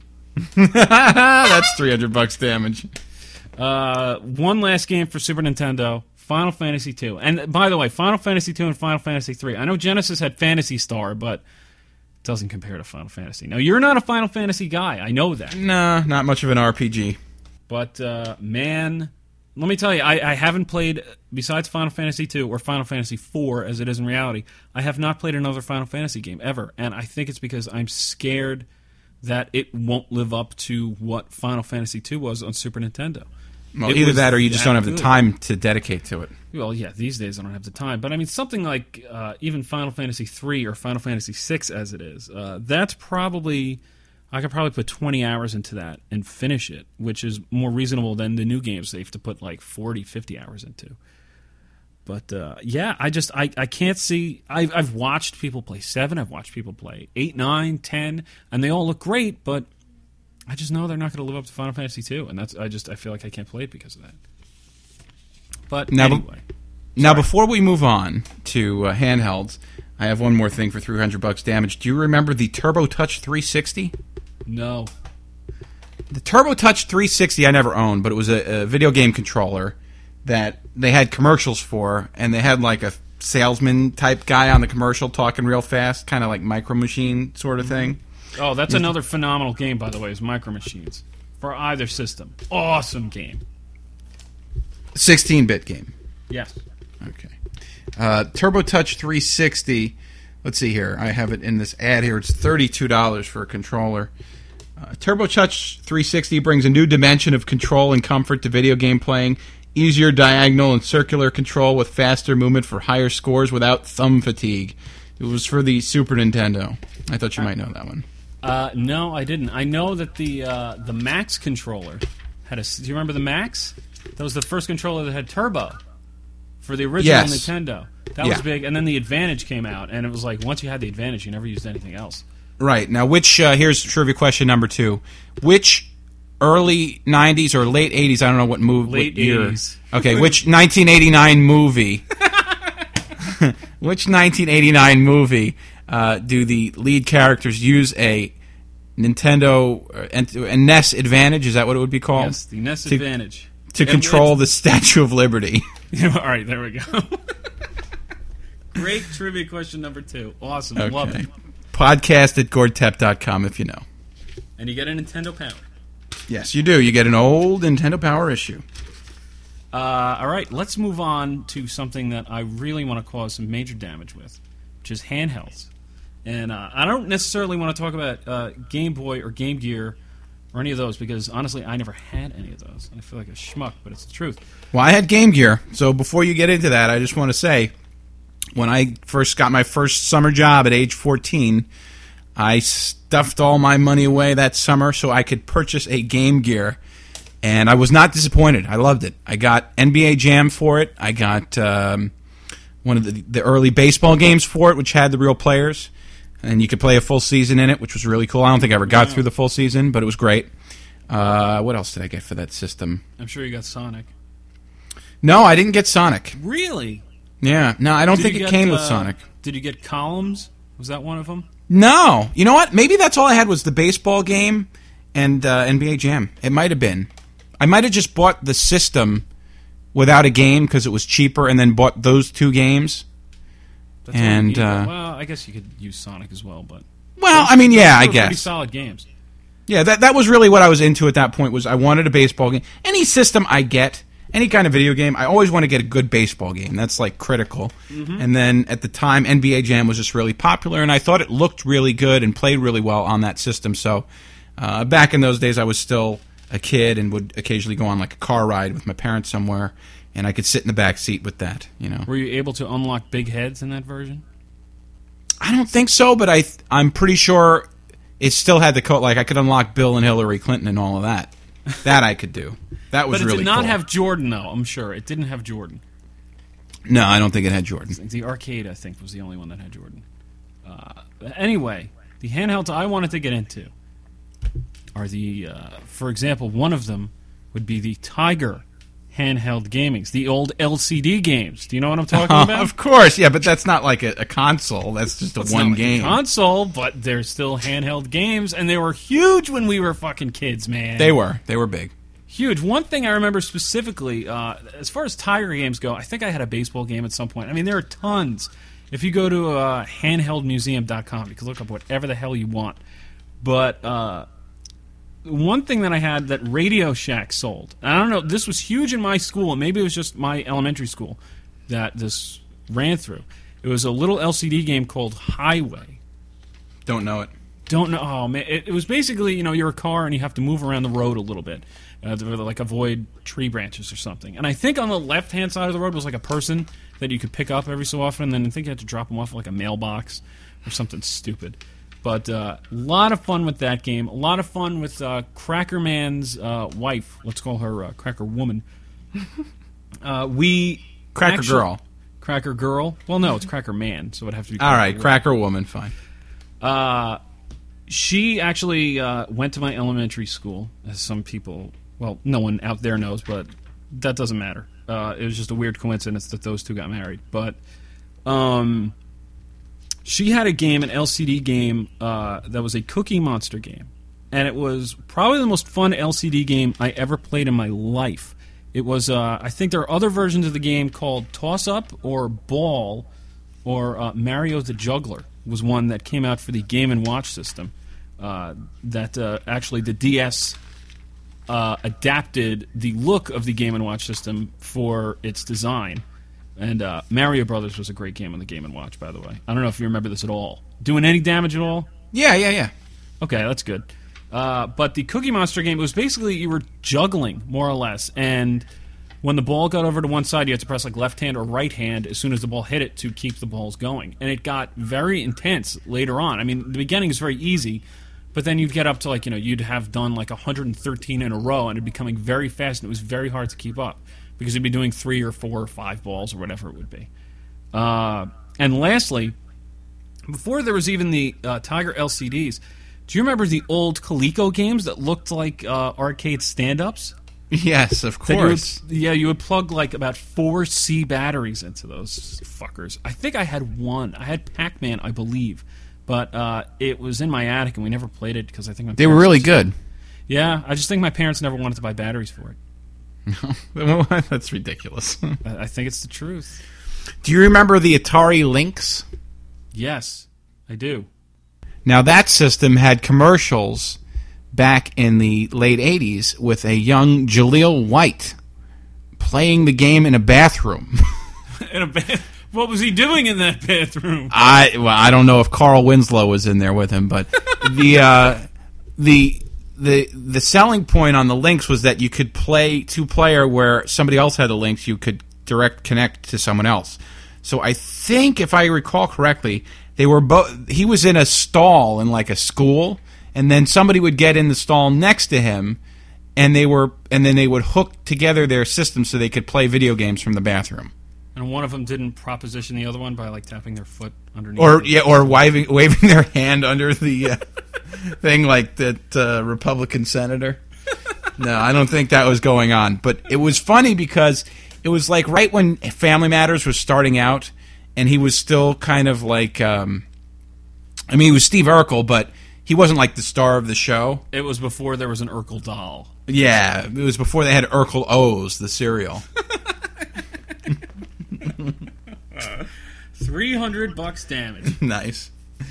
[SPEAKER 3] That's three hundred bucks damage.
[SPEAKER 4] Uh, one last game for Super Nintendo, Final Fantasy two. And by the way, Final Fantasy two and Final Fantasy three. I know Genesis had Phantasy Star, but it doesn't compare to Final Fantasy. Now, you're not a Final Fantasy guy. I know that.
[SPEAKER 3] Nah, not much of an R P G.
[SPEAKER 4] But, uh, man, let me tell you, I, I haven't played, besides Final Fantasy two or Final Fantasy four, as it is in reality, I have not played another Final Fantasy game ever. And I think it's because I'm scared that it won't live up to what Final Fantasy two was on Super Nintendo.
[SPEAKER 3] Well,
[SPEAKER 4] It
[SPEAKER 3] either
[SPEAKER 4] was
[SPEAKER 3] that or you just
[SPEAKER 4] that
[SPEAKER 3] don't have
[SPEAKER 4] good.
[SPEAKER 3] the time to dedicate to it.
[SPEAKER 4] Well, yeah, these days I don't have the time. But, I mean, something like uh, even Final Fantasy three or Final Fantasy six as it is, uh, that's probably... I could probably put twenty hours into that and finish it, which is more reasonable than the new games they have to put like forty, fifty hours into. But, uh, yeah, I just, I, I can't see... I've, I've watched people play seven, I've watched people play eight, nine, ten, and they all look great, but I just know they're not going to live up to Final Fantasy two, and that's I just, I feel like I can't play it because of that. But
[SPEAKER 3] Now,
[SPEAKER 4] anyway.
[SPEAKER 3] Now, before we move on to uh, handhelds, I have one more thing for three hundred bucks damage. Do you remember the Turbo Touch three sixty?
[SPEAKER 4] No.
[SPEAKER 3] The Turbo Touch three sixty I never owned, but it was a, a video game controller that they had commercials for, and they had like a salesman type guy on the commercial talking real fast, kind of like Micro Machine sort of thing.
[SPEAKER 4] Oh, that's another phenomenal game, by the way, is Micro Machines. For either system. Awesome game.
[SPEAKER 3] sixteen-bit game.
[SPEAKER 4] Yes.
[SPEAKER 3] Okay. Uh, Turbo Touch three sixty. Let's see here. I have it in this ad here. It's thirty-two dollars for a controller. Uh, Turbo Touch three sixty brings a new dimension of control and comfort to video game playing. Easier diagonal and circular control with faster movement for higher scores without thumb fatigue. It was for the Super Nintendo. I thought you might know that one.
[SPEAKER 4] Uh, no, I didn't. I know that the uh, the Max controller had a... Do you remember the Max? That was the first controller that had turbo for the original
[SPEAKER 3] Yes.
[SPEAKER 4] Nintendo. That
[SPEAKER 3] Yeah.
[SPEAKER 4] was big. And then the Advantage came out, and it was like, once you had the Advantage, you never used anything else.
[SPEAKER 3] Right. Now, which... Uh, here's trivia question number two. Which early nineties or late eighties, I don't know what movie...
[SPEAKER 4] Late
[SPEAKER 3] what year.
[SPEAKER 4] eighties.
[SPEAKER 3] Okay, which nineteen eighty-nine movie... which nineteen eighty-nine movie uh, do the lead characters use a Nintendo uh, and, and N E S Advantage. Is that what it would be called?
[SPEAKER 4] Yes, the N E S
[SPEAKER 3] to,
[SPEAKER 4] Advantage.
[SPEAKER 3] To
[SPEAKER 4] And
[SPEAKER 3] control
[SPEAKER 4] it's-
[SPEAKER 3] the Statue of Liberty.
[SPEAKER 4] All right, there we go. Great trivia question number two. Awesome. Love it.
[SPEAKER 3] Podcast at gordtep dot com if you know.
[SPEAKER 4] And you get a Nintendo Power.
[SPEAKER 3] Yes, you do. You get an old Nintendo Power issue.
[SPEAKER 4] Uh, all right, let's move on to something that I really want to cause some major damage with, which is handhelds. And uh, I don't necessarily want to talk about uh, Game Boy or Game Gear or any of those because, honestly, I never had any of those. I feel like a schmuck, but it's the truth.
[SPEAKER 3] Well, I had Game Gear, so before you get into that, I just want to say, when I first got my first summer job at age fourteen, I stuffed all my money away that summer so I could purchase a Game Gear. And I was not disappointed. I loved it. I got N B A Jam for it. I got um, one of the, the early baseball games for it, which had the real players. And you could play a full season in it, which was really cool. I don't think I ever got
[SPEAKER 4] Wow.
[SPEAKER 3] through the full season, but it was great. Uh, what else did I get for that system?
[SPEAKER 4] I'm sure you got Sonic.
[SPEAKER 3] No, I didn't get Sonic.
[SPEAKER 4] Really?
[SPEAKER 3] Yeah, no, I don't
[SPEAKER 4] Did
[SPEAKER 3] think
[SPEAKER 4] you
[SPEAKER 3] it
[SPEAKER 4] get,
[SPEAKER 3] came with
[SPEAKER 4] uh,
[SPEAKER 3] Sonic.
[SPEAKER 4] Did you get Columns? Was that one of them?
[SPEAKER 3] No. You know what? Maybe that's all I had was the baseball game and uh, N B A Jam. It might have been. I might have just bought the system without a game because it was cheaper and then bought those two games.
[SPEAKER 4] That's all you
[SPEAKER 3] And,
[SPEAKER 4] need,
[SPEAKER 3] uh,
[SPEAKER 4] well, I guess you could use Sonic as well, but
[SPEAKER 3] Well, I mean, yeah, I
[SPEAKER 4] those were pretty
[SPEAKER 3] guess.
[SPEAKER 4] solid games.
[SPEAKER 3] Yeah, that that was really what I was into at that point was I wanted a baseball game. Any system I get, any kind of video game, I always want to get a good baseball game. That's like critical.
[SPEAKER 4] Mm-hmm.
[SPEAKER 3] And then at the time, N B A Jam was just really popular, and I thought it looked really good and played really well on that system. So uh, back in those days, I was still a kid and would occasionally go on like a car ride with my parents somewhere, and I could sit in the back seat with that. You know,
[SPEAKER 4] Were you able to unlock big heads in that version?
[SPEAKER 3] I don't think so, but I th- I'm pretty sure it still had the code. Like I could unlock Bill and Hillary Clinton and all of that. That I could do. That was
[SPEAKER 4] But it
[SPEAKER 3] really
[SPEAKER 4] did not
[SPEAKER 3] cool.
[SPEAKER 4] have Jordan, though, I'm sure. It didn't have Jordan.
[SPEAKER 3] No, I don't think it had Jordan.
[SPEAKER 4] The arcade, I think, was the only one that had Jordan. Uh, but anyway, the handhelds I wanted to get into are the, uh, for example, one of them would be the Tiger handheld gamings, the old L C D games. Do you know what I'm talking about?
[SPEAKER 3] Of course, yeah, but that's not like a, a console. That's just a
[SPEAKER 4] It's
[SPEAKER 3] one
[SPEAKER 4] not like a
[SPEAKER 3] game.
[SPEAKER 4] console, but they're still handheld games, and they were huge when we were fucking kids, man.
[SPEAKER 3] They were. They were big.
[SPEAKER 4] Huge. One thing I remember specifically, uh, as far as Tiger games go, I think I had a baseball game at some point. I mean, there are tons. If you go to uh, handheld museum dot com, you can look up whatever the hell you want. But uh, one thing that I had that Radio Shack sold, and I don't know, this was huge in my school, and maybe it was just my elementary school that this ran through. It was a little L C D game called Highway.
[SPEAKER 3] Don't know it.
[SPEAKER 4] Don't know. Oh man, it, it was basically, you know, you're a car and you have to move around the road a little bit, uh, to, like avoid tree branches or something. And I think on the left hand side of the road was like a person that you could pick up every so often. And then I think you had to drop them off at like a mailbox or something stupid. But a uh, lot of fun with that game. A lot of fun with uh, Cracker Man's uh, wife. Let's call her uh, Cracker Woman. uh, we
[SPEAKER 3] Cracker
[SPEAKER 4] actually-
[SPEAKER 3] Girl.
[SPEAKER 4] Cracker Girl. Well, no, it's Cracker Man, so it would have to be.
[SPEAKER 3] All
[SPEAKER 4] Cracker
[SPEAKER 3] right,
[SPEAKER 4] Woman.
[SPEAKER 3] Cracker Woman, fine.
[SPEAKER 4] Uh, she actually uh, went to my elementary school, as some people, well, no one out there knows, but that doesn't matter. Uh, it was just a weird coincidence that those two got married. But um, she had a game, an L C D game, uh, that was a Cookie Monster game. And it was probably the most fun L C D game I ever played in my life. It was, uh, I think there are other versions of the game called Toss Up or Ball or uh, Mario the Juggler was one that came out for the Game and Watch system. Uh, that uh, actually the D S uh, adapted the look of the Game and Watch system for its design. And uh, Mario Brothers was a great game on the Game and Watch, by the way. I don't know if you remember this at all. Doing any damage at all?
[SPEAKER 3] Yeah, yeah, yeah.
[SPEAKER 4] Okay, that's good. Uh, but the Cookie Monster game, it was basically you were juggling, more or less. And when the ball got over to one side, you had to press like left hand or right hand as soon as the ball hit it to keep the balls going. And it got very intense later on. I mean, the beginning is very easy, but then you'd get up to like, you know, you'd have done like one hundred thirteen in a row, and it'd be coming very fast, and it was very hard to keep up because you'd be doing three or four or five balls or whatever it would be. Uh, and lastly, before there was even the uh, Tiger L C Ds, do you remember the old Coleco games that looked like uh, arcade stand-ups?
[SPEAKER 3] Yes, of
[SPEAKER 4] That you
[SPEAKER 3] course.
[SPEAKER 4] would- yeah, you would plug like about four C batteries into those fuckers. I think I had one. I had Pac-Man, I believe, but uh, it was in my attic, and we never played it because I think my
[SPEAKER 3] They were
[SPEAKER 4] parents
[SPEAKER 3] really
[SPEAKER 4] just-
[SPEAKER 3] good.
[SPEAKER 4] Yeah, I just think my parents never wanted to buy batteries for it.
[SPEAKER 3] That's ridiculous.
[SPEAKER 4] I, I think it's the truth.
[SPEAKER 3] Do you remember the Atari Lynx?
[SPEAKER 4] Yes, I do.
[SPEAKER 3] Now, that system had commercials back in the late eighties with a young Jaleel White playing the game in a bathroom.
[SPEAKER 4] In a ba- what was he doing in that bathroom?
[SPEAKER 3] I well, I don't know if Carl Winslow was in there with him, but the uh, the the the selling point on the Lynx was that you could play two player where somebody else had the Lynx, you could direct connect to someone else. So I think, if I recall correctly, they were both. He was in a stall in like a school, and then somebody would get in the stall next to him, and they were and then they would hook together their system so they could play video games from the bathroom.
[SPEAKER 4] And one of them didn't proposition the other one by like tapping their foot underneath.
[SPEAKER 3] Or
[SPEAKER 4] the-
[SPEAKER 3] yeah, or waving waving their hand under the uh, thing like that uh, Republican senator. No, I don't think that was going on. But it was funny because it was like right when Family Matters was starting out, and he was still kind of like, um, I mean, he was Steve Urkel, but he wasn't like the star of the show.
[SPEAKER 4] It was before there was an Urkel doll.
[SPEAKER 3] Yeah, it was before they had Urkel O's, the cereal.
[SPEAKER 4] Three hundred bucks damage.
[SPEAKER 3] Nice.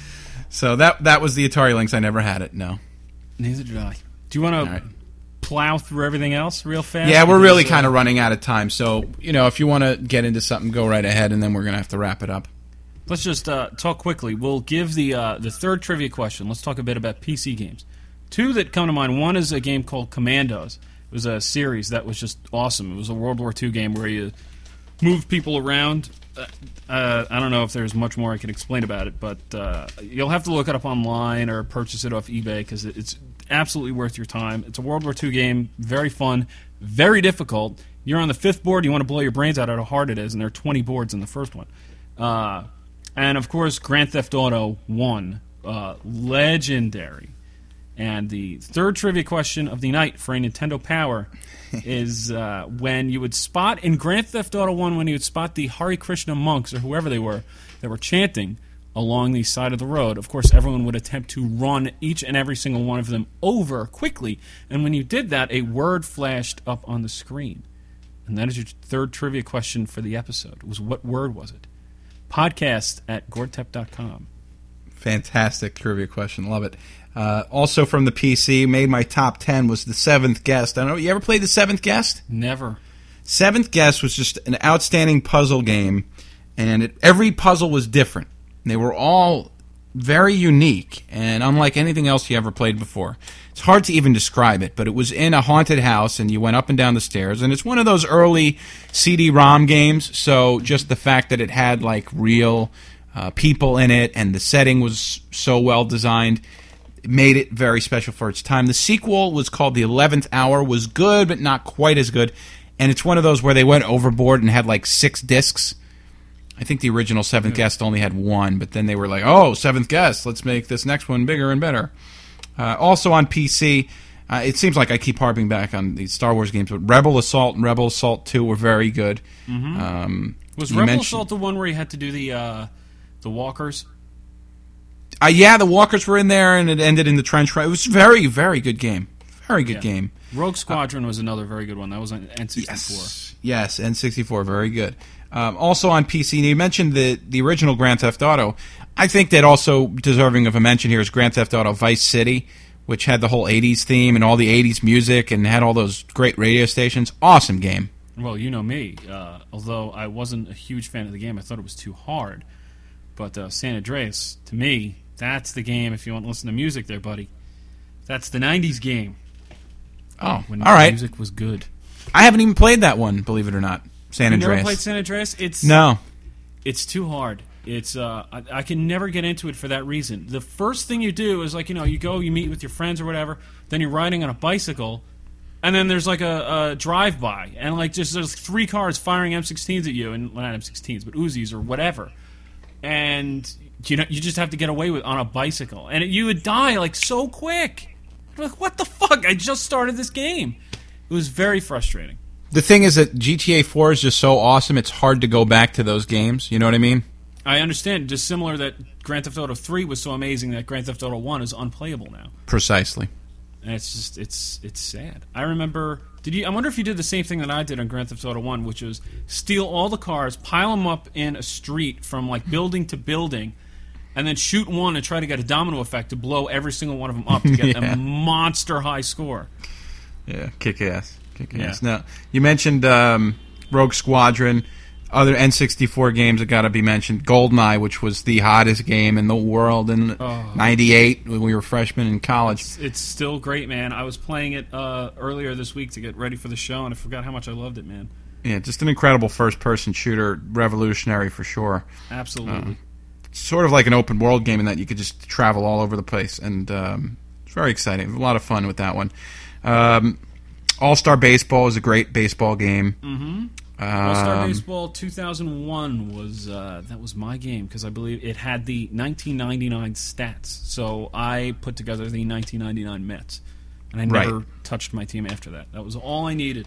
[SPEAKER 3] So that that was the Atari Lynx. I never had it. No.
[SPEAKER 4] Neither did I. Do you want to
[SPEAKER 3] right.
[SPEAKER 4] plow through everything else real fast?
[SPEAKER 3] Yeah, we're
[SPEAKER 4] Because,
[SPEAKER 3] really
[SPEAKER 4] uh,
[SPEAKER 3] kind of running out of time. So, you know, if you want to get into something, go right ahead, and then we're going to have to wrap it up.
[SPEAKER 4] Let's just uh, talk quickly. We'll give the uh, the third trivia question. Let's talk a bit about P C games. Two that come to mind. One is a game called Commandos. It was a series that was just awesome. It was a World War Two game where you moved people around. Uh, uh, I don't know if there's much more I can explain about it, but uh, you'll have to look it up online or purchase it off eBay because it's absolutely worth your time. It's a World War Two game, very fun, very difficult. You're on the fifth board, you want to blow your brains out at how hard it is, and there are twenty boards in the first one. Uh, and, of course, Grand Theft Auto one, uh, legendary. And the third trivia question of the night for a Nintendo Power is uh, when you would spot in Grand Theft Auto one, when you would spot the Hare Krishna monks or whoever they were that were chanting along the side of the road. Of course, everyone would attempt to run each and every single one of them over quickly. And when you did that, a word flashed up on the screen. And that is your third trivia question for the episode. It was what word was it? Podcast at gortep dot com.
[SPEAKER 3] Fantastic trivia question. Love it. Uh, also from the P C, made my top ten, was The Seventh Guest. I don't know, you ever played The Seventh Guest?
[SPEAKER 4] Never.
[SPEAKER 3] Seventh Guest was just an outstanding puzzle game, and it, every puzzle was different. They were all very unique and unlike anything else you ever played before. It's hard to even describe it, but it was in a haunted house, and you went up and down the stairs, and it's one of those early C D ROM games, so just the fact that it had like real uh, people in it, and the setting was so well designed, it made it very special for its time. The sequel was called The Eleventh Hour, was good, but not quite as good, and it's one of those where they went overboard and had like six discs. I think the original Seventh Guest only had one, but then they were like, oh, Seventh Guest, let's make this next one bigger and better. Uh, also on P C, uh, it seems like I keep harping back on these Star Wars games, but Rebel Assault and Rebel Assault two were very good.
[SPEAKER 4] Mm-hmm.
[SPEAKER 3] Um,
[SPEAKER 4] Was
[SPEAKER 3] you
[SPEAKER 4] Rebel
[SPEAKER 3] mentioned-
[SPEAKER 4] Assault the one where you had to do the uh, the walkers?
[SPEAKER 3] Uh, yeah, the walkers were in there, and it ended in the trench run. It was a very, very good game. Very good
[SPEAKER 4] Yeah.
[SPEAKER 3] game.
[SPEAKER 4] Rogue Squadron was another very good one. That was on N sixty-four.
[SPEAKER 3] Yes, yes, N sixty-four, very good. Um, also on P C, you mentioned the the original Grand Theft Auto. I think that also deserving of a mention here is Grand Theft Auto Vice City, which had the whole eighties theme and all the eighties music and had all those great radio stations. Awesome game.
[SPEAKER 4] Well, you know me. Uh, although I wasn't a huge fan of the game, I thought it was too hard. But uh, San Andreas, to me, that's the game. If you want to listen to music, there, buddy, that's the nineties game.
[SPEAKER 3] Oh,
[SPEAKER 4] When
[SPEAKER 3] all right.
[SPEAKER 4] music was good.
[SPEAKER 3] I haven't even played that one, believe it or not. San
[SPEAKER 4] You
[SPEAKER 3] Andreas.
[SPEAKER 4] never played San Andreas? It's
[SPEAKER 3] No.
[SPEAKER 4] It's too hard. It's uh, I, I can never get into it for that reason. The first thing you do is like you know you go you meet with your friends or whatever. Then you're riding on a bicycle, and then there's like a, a drive by, and like just there's three cars firing M sixteens at you, and well, not M sixteens but Uzis or whatever, and you know you just have to get away with on a bicycle, and it, you would die like so quick. Like what the fuck? I just started this game. It was very frustrating.
[SPEAKER 3] The thing is that G T A four is just so awesome, it's hard to go back to those games. You know what I mean?
[SPEAKER 4] I understand. Just similar that Grand Theft Auto three was so amazing that Grand Theft Auto one is unplayable now.
[SPEAKER 3] Precisely.
[SPEAKER 4] And it's just it's it's sad. I remember. Did you? I wonder if you did the same thing that I did on Grand Theft Auto one, which was steal all the cars, pile them up in a street from like building to building, and then shoot one and try to get a domino effect to blow every single one of them up to get
[SPEAKER 3] Yeah.
[SPEAKER 4] a monster high score.
[SPEAKER 3] Yeah, kick ass. Kick
[SPEAKER 4] Yeah.
[SPEAKER 3] ass. Now, you mentioned um, Rogue Squadron. Other N sixty-four games that got to be mentioned. GoldenEye, which was the hottest game in the world in
[SPEAKER 4] Oh.
[SPEAKER 3] ninety-eight when we were freshmen in college.
[SPEAKER 4] It's, it's still great, man. I was playing it uh, earlier this week to get ready for the show, and I forgot how much I loved it, man.
[SPEAKER 3] Yeah, just an incredible first-person shooter, revolutionary for sure.
[SPEAKER 4] Absolutely.
[SPEAKER 3] Sort of like an open world game in that you could just travel all over the place, and um, it's very exciting. A lot of fun with that one. Um, All-Star Baseball is a great baseball game.
[SPEAKER 4] Mm-hmm. All-Star
[SPEAKER 3] Um,
[SPEAKER 4] Baseball two thousand one was uh, that was my game because I believe it had the nineteen ninety-nine stats. So I put together the nineteen ninety-nine Mets, and I
[SPEAKER 3] Right.
[SPEAKER 4] never touched my team after that. That was all I needed.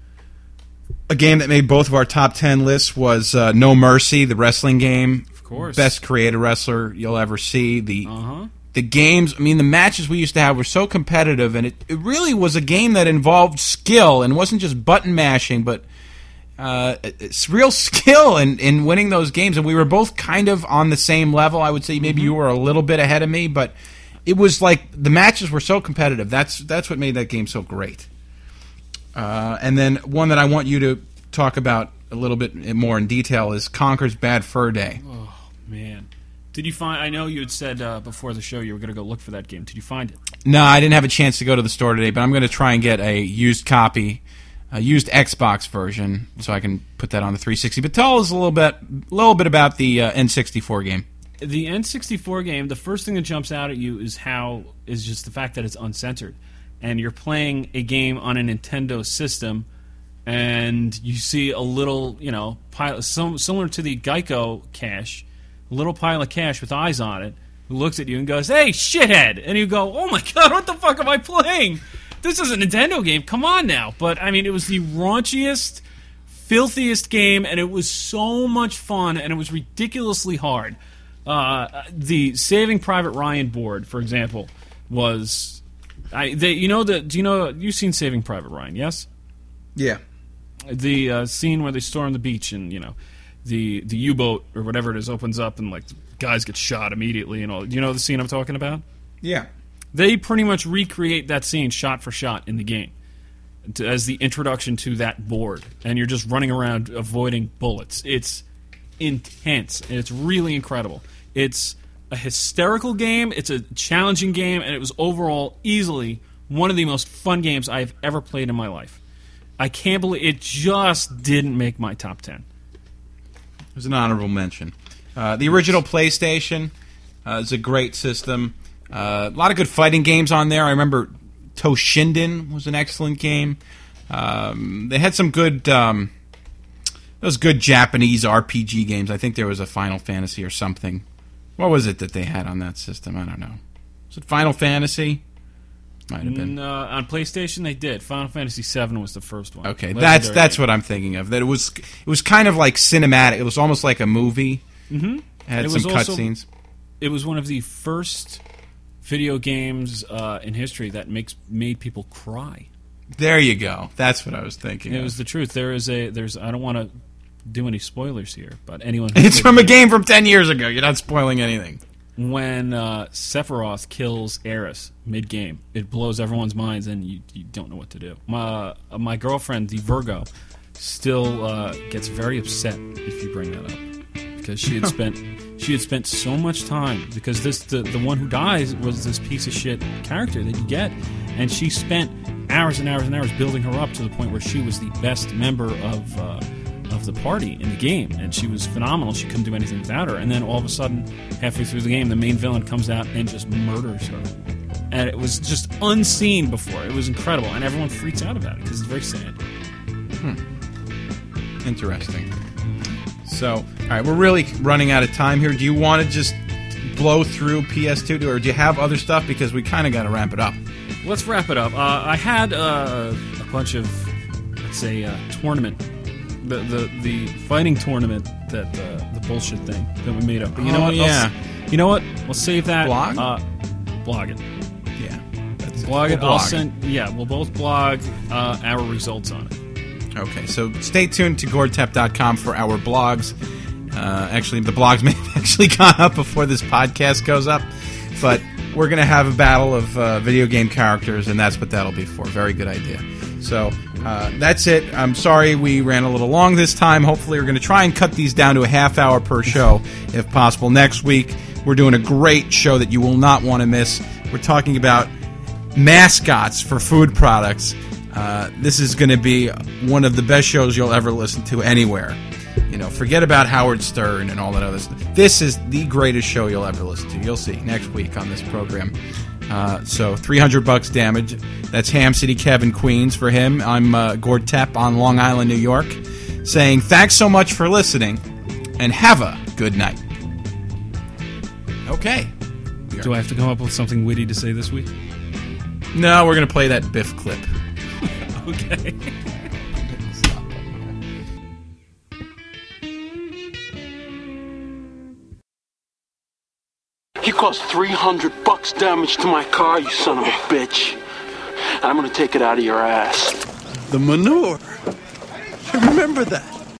[SPEAKER 3] A game that made both of our top ten lists was uh, No Mercy, the wrestling game.
[SPEAKER 4] Of course.
[SPEAKER 3] Best creative wrestler you'll ever see. The
[SPEAKER 4] Uh huh.
[SPEAKER 3] the games, I mean, the matches we used to have were so competitive, and it, it really was a game that involved skill and wasn't just button mashing, but uh, it's real skill in, in winning those games. And we were both kind of on the same level. I would say maybe you were a little bit ahead of me, but it was like the matches were so competitive. That's that's what made that game so great. Uh, and then one that I want you to talk about a little bit more in detail is Conker's Bad Fur Day.
[SPEAKER 4] Oh man, did you find? I know you had said uh, before the show you were going to go look for that game. Did you find it?
[SPEAKER 3] No, I didn't have a chance to go to the store today, but I'm going to try and get a used copy, a used Xbox version, so I can put that on the three sixty. But tell us a little bit, a little bit about the uh, N sixty-four game.
[SPEAKER 4] The N sixty-four game, the first thing that jumps out at you is how is just the fact that it's uncensored, and you're playing a game on a Nintendo system, and you see a little, you know, pile, sim- similar to the Geico cash, a little pile of cash with eyes on it, who looks at you and goes, "Hey, shithead!" And you go, "Oh my god, what the fuck am I playing? This is a Nintendo game. Come on now!" But I mean, it was the raunchiest, filthiest game, and it was so much fun, and it was ridiculously hard. Uh, the Saving Private Ryan board, for example, was I. They, you know the. Do you know you've seen Saving Private Ryan? Yes.
[SPEAKER 3] Yeah.
[SPEAKER 4] The uh, scene where they storm the beach and you know the the U-boat or whatever it is opens up and like the guys get shot immediately and all. Do you know the scene I'm talking about?
[SPEAKER 3] Yeah.
[SPEAKER 4] They pretty much recreate that scene shot for shot in the game to, as the introduction to that board, and you're just running around avoiding bullets. It's intense, and it's really incredible. It's a hysterical game, it's a challenging game, and it was overall easily one of the most fun games I've ever played in my life. I can't believe it just didn't make my top ten.
[SPEAKER 3] It was an honorable mention. Uh, the original PlayStation uh, is a great system. Uh, a lot of good fighting games on there. I remember Toshinden was an excellent game. Um, they had some good, um, those good Japanese R P G games. I think there was a Final Fantasy or something. What was it that they had on that system? I don't know. Was it Final Fantasy? Might have been.
[SPEAKER 4] Uh, on PlayStation, they did. Final Fantasy seven was the first one.
[SPEAKER 3] Okay,
[SPEAKER 4] Legendary
[SPEAKER 3] that's that's
[SPEAKER 4] game.
[SPEAKER 3] what I'm thinking of. That it was it was kind of like cinematic. It was almost like a movie.
[SPEAKER 4] Mm-hmm.
[SPEAKER 3] It had
[SPEAKER 4] It
[SPEAKER 3] some
[SPEAKER 4] was also-
[SPEAKER 3] cutscenes.
[SPEAKER 4] It was one of the first video games uh, in history that makes made people cry.
[SPEAKER 3] There you go. That's what I was thinking.
[SPEAKER 4] It
[SPEAKER 3] of.
[SPEAKER 4] was the truth. There is a there's I don't want to do any spoilers here, but anyone who
[SPEAKER 3] It's
[SPEAKER 4] played
[SPEAKER 3] from
[SPEAKER 4] the
[SPEAKER 3] a game from ten years ago. You're not spoiling anything.
[SPEAKER 4] when uh, Sephiroth kills Aerith mid-game, it blows everyone's minds, and you, you don't know what to do. My uh, my girlfriend, the Virgo, still uh, gets very upset if you bring that up because she had spent she had spent so much time because this the the one who dies was this piece of shit character that you get, and she spent hours and hours and hours building her up to the point where she was the best member of. Uh, of the party in the game, and she was phenomenal. She couldn't do anything without her, and then all of a sudden, halfway through the game, the main villain comes out and just murders her, and it was just unseen before. It was incredible, and everyone freaks out about it because it's very sad.
[SPEAKER 3] Interesting. So, all right, we're really running out of time here. Do you want to just blow through P S two, or do you have other stuff? Because we kind of got to wrap it up.
[SPEAKER 4] Let's wrap it up. Uh, I had uh, a bunch of, let's say, uh, tournament, the, the the fighting tournament that uh, the bullshit thing that we made up. But you know
[SPEAKER 3] Oh,
[SPEAKER 4] what?
[SPEAKER 3] yeah.
[SPEAKER 4] I'll, s- you know what? We'll save that.
[SPEAKER 3] Blog?
[SPEAKER 4] Uh, blog it.
[SPEAKER 3] Yeah. That's
[SPEAKER 4] Blog it.
[SPEAKER 3] We'll
[SPEAKER 4] I'll
[SPEAKER 3] blog.
[SPEAKER 4] send. Yeah, we'll both blog uh, our results on it.
[SPEAKER 3] Okay, so stay tuned to gord tep dot com for our blogs. Uh, actually, the blogs may have actually gone up before this podcast goes up, but we're going to have a battle of uh, video game characters, and that's what that'll be for. Very good idea. So uh, that's it. I'm sorry we ran a little long this time. Hopefully we're going to try and cut these down to a half hour per show, if possible. Next week, we're doing a great show that you will not want to miss. We're talking about mascots for food products. Uh, this is going to be one of the best shows you'll ever listen to anywhere. You know, forget about Howard Stern and all that other stuff. This is the greatest show you'll ever listen to. You'll see next week on this program. Uh, so three hundred bucks damage. That's Ham City Kevin Queens for him. I'm uh, Gord Tep on Long Island, New York, saying thanks so much for listening and have a good night. Okay.
[SPEAKER 4] Do I have to come up with something witty to say this week?
[SPEAKER 3] No, we're going to play that Biff clip.
[SPEAKER 4] Okay.
[SPEAKER 5] You caused three hundred bucks damage to my car, you son of a bitch. And I'm gonna take it out of your ass.
[SPEAKER 2] The manure. I remember that.